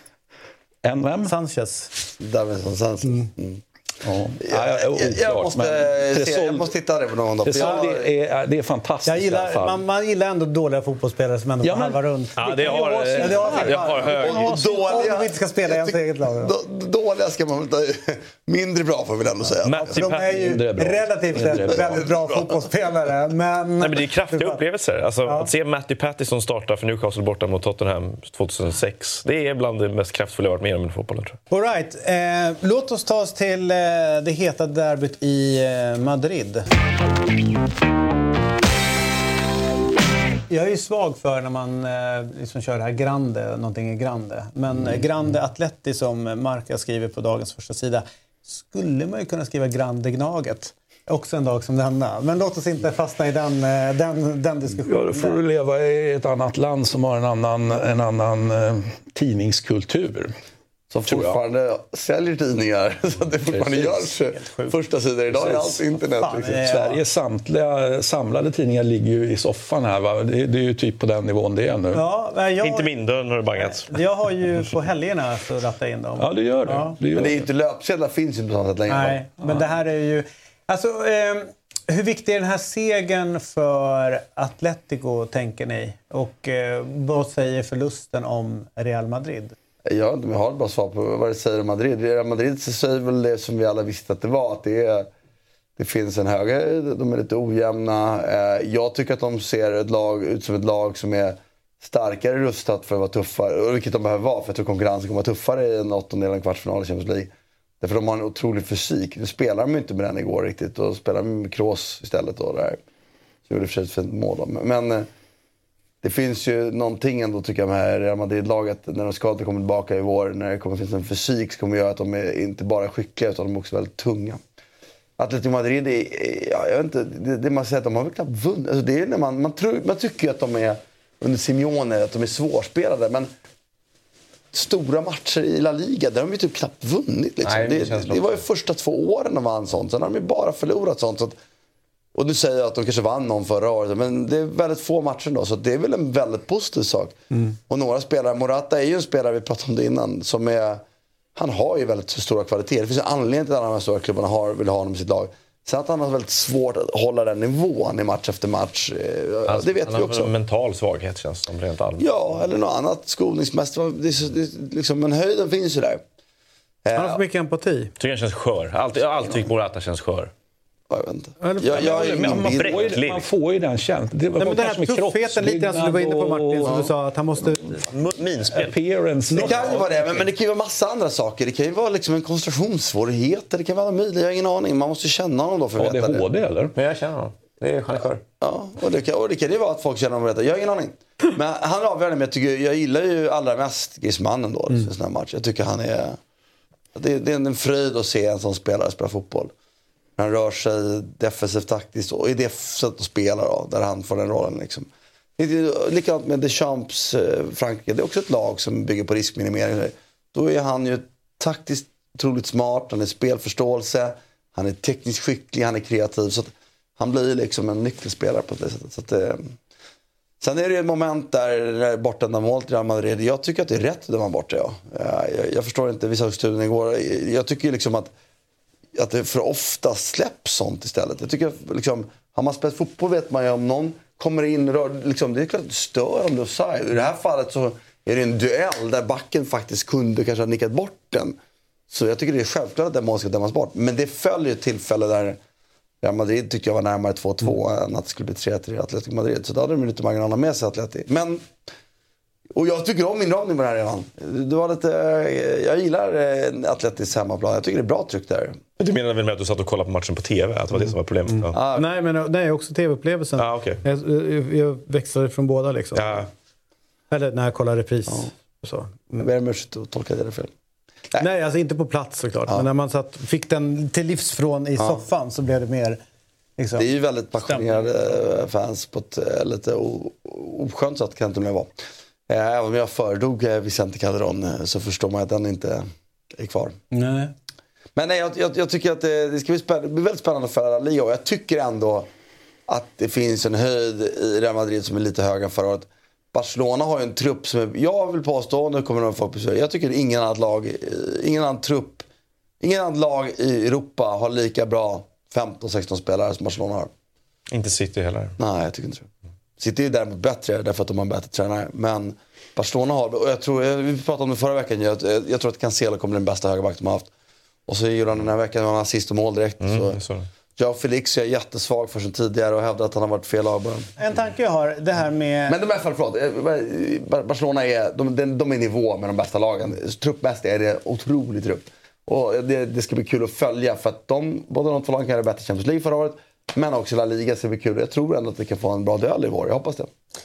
En vem? Sanchez. Davinson Sanchez. Mm. Mm. Ja. Jag, jag, jag, jag, måste, se, jag måste titta det på någon dag. Det, jag, det, är, det är fantastiskt. Jag gillar, man, man gillar ändå dåliga fotbollsspelare som ändå ja, halva runt. Ja, det har, ja, det har, jag har hög. Dåliga, om de inte ska spela i ens eget lag. Dåliga ska man ta mindre bra för, vill jag ändå säga. Matty de är ju relativt sett väldigt bra fotbollsspelare. Men... Nej, men det är kraftiga upplevelser. Alltså, ja. Att se Matty Pattison starta för Newcastle borta mot Tottenham tjugohundrasex. Det är bland det mest kraftfulla jag varit med om i fotbollen, tror jag. All right. eh, låt oss ta oss till eh, det heta derbyt i eh, Madrid. Jag är ju svag för när man eh, liksom kör det här Grande, någonting är Grande. Men mm. Grande Atleti som Marca skriver på dagens första sida, skulle man ju kunna skriva Grande Gnaget. Också en dag som denna. Men låt oss inte fastna i den, den, den diskussionen. Ja, då får du leva i ett annat land som har en annan, en annan eh, tidningskultur. Som fortfarande jag. säljer tidningar. Så att det fortfarande görs första sidor idag. Är allt internet. Fan, liksom. ja. Sveriges samtliga samlade tidningar ligger ju i soffan här. Va? Det, det är ju typ på den nivån det är nu. Ja, jag, inte min dörr när det bangats. Jag har ju på helgerna så rattat in dem. Ja, det gör det. Ja. det, gör men det är det. inte löpsedlar finns inte på sånt sätt längre. Nej, ja. men det här är ju... Alltså, eh, hur viktig är den här segern för Atletico, tänker ni? Och eh, vad säger förlusten om Real Madrid? Ja, de har ett bra svar på vad det säger om Madrid. Real Madrid så säger väl det som vi alla visste att det var. Att det, är, det finns en höger, de är lite ojämna. Jag tycker att de ser ett lag ut som ett lag som är starkare rustat för att vara tuffare. Vilket de behöver vara, för jag tror konkurrensen kommer vara tuffare i en åttondel en kvartsfinal i Champions League. Därför de har en otrolig fysik. Nu spelar de inte med den igår riktigt. Då spelar de med Kroos istället. Då, där. Så gjorde det för sig ett fint mål. Då. Men det finns ju någonting ändå, tycker jag, med här Real Madrid-laget. När de skadade kommer tillbaka i vår, när det kommer finnas en fysik som kommer göra att de är inte bara är skickliga utan de är också väldigt tunga. Atletico Madrid är, ja, jag vet inte, det, det man säger att de har väl knappt vunnit. Alltså det är när man, man, tror, man tycker ju att de är under Simeone, att de är svårspelade, men stora matcher i La Liga, där har de ju typ knappt vunnit. Liksom. Nej, det, det, det var ju första två åren de vann sånt, sen har de ju bara förlorat sånt. Så att, och nu säger jag att de kanske vann någon förra året, men det är väldigt få matcher då, så det är väl en väldigt positiv sak. Mm. Och några spelare, Morata är ju en spelare, vi pratade om det innan, som är, han har ju väldigt stora kvaliteter. Det finns en anledning till att alla de här stora klubbarna har, vill ha honom i sitt lag. Sen att han har väldigt svårt att hålla den nivån i match efter match, alltså, det vet vi också. En mental svaghet känns som rent allmänt. Ja, eller något annat skolningsmässigt. Det är, det är liksom, men höjden finns ju där. Han har så mycket empati. Jag tycker han känns skör. Alltid, jag har alltid tyckt Morata känns skör. Jag vet inte. Jag, jag, jag, man, man, får ju, man får ju den känslan. Det var Nej, men den här tuffheten lite som du var inne på, Martin, som du sa att han måste... Minspel. Appearance. Det kan ju vara det, men, men det kan ju vara massa andra saker. Det kan ju vara liksom en koncentrationssvårighet. Det kan vara möjligt, jag har ingen aning. Man måste känna honom då för att veta det. A D H D eller? Men jag känner honom. Det är självklart. Ja, och det kan, och det kan ju vara att folk känner honom och jag har ingen aning. Men han avgör det, men jag, tycker, jag gillar ju allra mest Griezmann då, mm. sån här match. Jag tycker han är... Det, det är en fröjd att se en sån spelare spela fotboll. Han rör sig defensivt taktiskt och i det sättet att spela då, där han får den rollen liksom. Det är likadant med Deschamps eh, Frankrike. Det är också ett lag som bygger på riskminimering. Då är han ju taktiskt otroligt smart, han är spelförståelse, han är tekniskt skicklig, han är kreativ. Så att han blir liksom en nyckelspelare på det sättet. Så att, eh, sen är det ett moment där bortända mål till Real Madrid. Jag tycker att det är rätt att döma bort det. Ja. Jag, jag förstår inte, vi såg studien igår. Jag tycker liksom att, att det för ofta släpps sånt istället. Jag tycker liksom, har man spelat fotboll vet man ju om någon kommer in, rör, liksom, det är klart att det stör om det är offside. I det här fallet så är det en duell där backen faktiskt kunde kanske ha nickat bort den. Så jag tycker det är självklart att den måste dömas bort. Men det följer ett tillfälle där Real Madrid tyckte jag var närmare två två än att det skulle bli tre tre i Atletico Madrid. Så då hade de lite marginaler med sig Atleti. Men, och jag tycker om inramning på det här redan. Det var lite, jag gillar Atletis hemmaplan. Jag tycker det är bra tryck där. Du menar väl med att du satt och kollade på matchen på tv? Att det var det som var problemet? Mm. Ja. Ah, nej, men det är också tv-upplevelsen. Ah, okay. jag, jag, jag växlade från båda liksom. Ja. Eller när jag kollar repris. Ja. Så. Jag ber om ursäkt att tolka det fel. Nej. Nej, alltså inte på plats såklart. Ja. Men när man satt, fick den till livs från i ja. soffan så blev det mer... Liksom, det är ju väldigt passionerade fans på ett lite oskönt sätt kan det inte vara. Även om jag föredrog Vicente Calderón så förstår man att den inte är kvar. Nej. Men nej, jag, jag, jag tycker att det, det ska bli, spännande, det blir väldigt spännande för alla liga. Och jag tycker ändå att det finns en höjd i Real Madrid som är lite högre förra året. Barcelona har ju en trupp som är, jag vill påstå, nu kommer några folk på sig. Jag tycker ingen annan lag, ingen annan trupp, ingen annan lag i Europa har lika bra femton sexton spelare som Barcelona har. Inte City heller. Nej, jag tycker inte det. City är däremot bättre därför att de har en bättre tränare. Men Barcelona har, och jag tror, vi pratade om det förra veckan, jag, jag tror att Cancelo kommer bli den bästa högerback de har haft. Och så gjorde han den här veckan, han har assist och mål direkt. Mm, så. Ja, Felix är jättesvag för sin tidigare och hävdar att han har varit fel av början. En tanke jag har, det här med... Men de är, förlåt, Barcelona är, de, de är i nivå med de bästa lagen. Truppmässigt är det otroligt trupp. Och det, det ska bli kul att följa för att de, båda de två lagen kan göra bättre Champions League förra året. Men också La Liga ska bli kul. Jag tror ändå att vi kan få en bra duell i vår, jag hoppas det.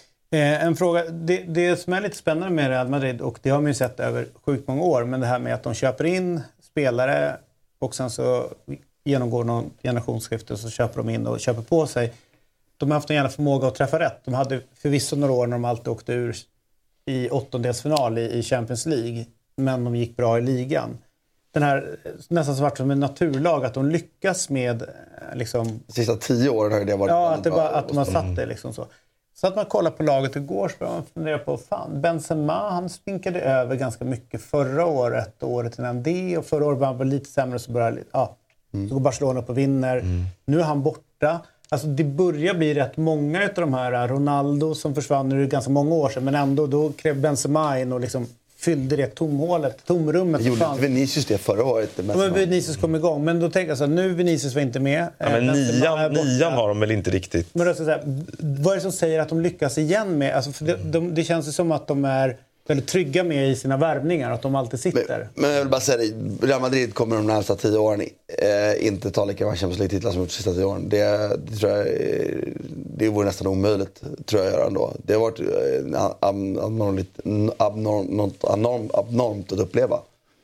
Eh, en fråga, det, det som är lite spännande med Real Madrid, och det har man ju sett över sjukt många år, men det här med att de köper in spelare och sen så genomgår någon generationsskifte och så köper de in och köper på sig. De har haft en jävla förmåga att träffa rätt. De hade förvisso några år när de alltid åkte ur i åttondelsfinal i, i Champions League, men de gick bra i ligan. Den här nästan svart som en naturlag att de lyckas med liksom... De sista tio åren har det varit... Ja, att, det bara, att de har satt det liksom så. Så att man kollar på laget igår så man funderar på, fan, Benzema han spinkade över ganska mycket förra året och året innan det, och förra året var han väl lite sämre så började, ja, mm. så går Barcelona upp och vinner. Mm. Nu är han borta. Alltså det börjar bli rätt många av de här, Ronaldo som försvann nu ganska många år sedan, men ändå då krävde Benzema in och liksom fyllde det tomhålet, tomrummet. Gjorde inte Vinicius det förra året? Det ja, men Vinicius kom igång. Men då tänker jag så här, nu Vinicius var inte med. Ja, men nian, nian har de väl inte riktigt. Men då så här, vad är det som säger att de lyckas igen med? Alltså, för det, de, det känns ju som att de är väldigt trygga med i sina värvningar, att de alltid sitter. Men, men jag vill bara säga det, Real Madrid kommer de närmsta tio åren eh, inte ta lika många Champions League-titlar som de sista tio åren. Det, det tror jag det vore nästan omöjligt, tror jag, göra ändå. Det har varit eh, abnormt, abnormt, abnormt, abnormt att uppleva.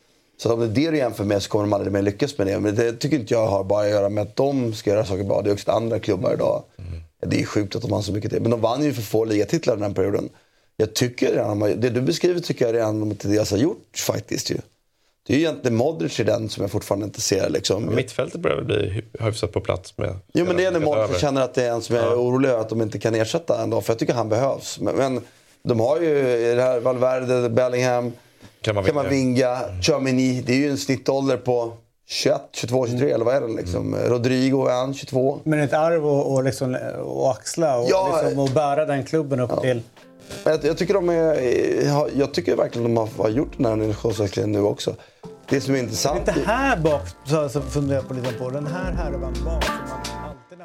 Så om det är det du jämför med så kommer de aldrig mer lyckas med det. Men det tycker inte jag har bara att göra med att de ska göra saker bra. Det är också andra klubbar idag. Mm. Det är sjukt att de har så mycket till. Men de vann ju för få ligatitlar den här perioden. Jag tycker redan, det du beskriver tycker jag redan att det har gjort faktiskt ju. Det är ju egentligen Modric i den som jag fortfarande inte ser liksom. Mittfältet börjar bli hyfsat på plats med. Jo, men det är när Modric känner att det är en som är ja. orolig att de inte kan ersätta ändå, för jag tycker han behövs. Men, men de har ju det här Valverde, Bellingham, Camavinga, Tchouaméni. Det är ju en snittålder på tjugoett, tjugotvå, tjugotre eller vad är det liksom. Mm. Rodrigo är han, tjugotvå. Men ett arv och, och, liksom, och axla och, ja, liksom, och bära den klubben upp ja. till. Jag, jag tycker de är, jag tycker verkligen de har, har gjort den här generationsväxlingen nu också. Det som är intressant. Det här bak så, så funderar jag på lite på den här härvan bak som man alltid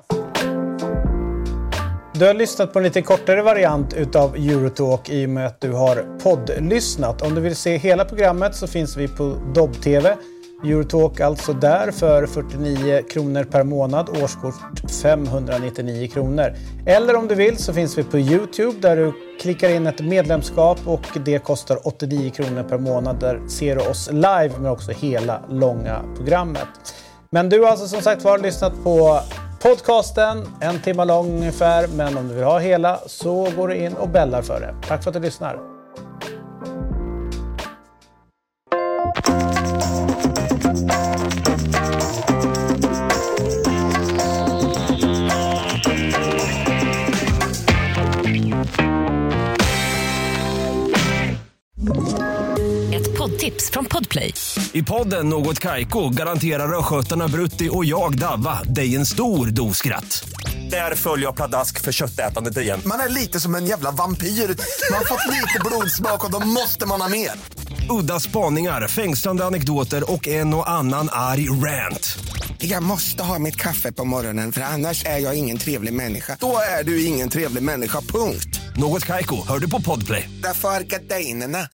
nästan... Du har lyssnat på en lite kortare variant utav Eurotalk i och med att du har poddlyssnat. Om du vill se hela programmet så finns vi på Dobb-T V. Eurotalk alltså där för fyrtionio kronor per månad, årskort femhundranittionio kronor. Eller om du vill så finns vi på YouTube där du klickar in ett medlemskap och det kostar åttionio kronor per månad. Där ser du oss live men också hela långa programmet. Men du har alltså som sagt var lyssnat på podcasten, en timme lång ungefär. Men om du vill ha hela så går du in och bällar för det. Tack för att du lyssnar. Ett poddtips från Podplay. I podden Något Kaiko garanterar röskötarna Brutti och jag Davva dig en stor dos skratt. Där följer jag pladask för köttätandet igen. Man är lite som en jävla vampyr. Man har fått lite blodsmak och då måste man ha mer. Udda spaningar, fängslande anekdoter och en och annan arg rant. Jag måste ha mitt kaffe på morgonen för annars är jag ingen trevlig människa. Då är du ingen trevlig människa, punkt. Något Kaiko, hör du på Podplay. Därför är gardinerna.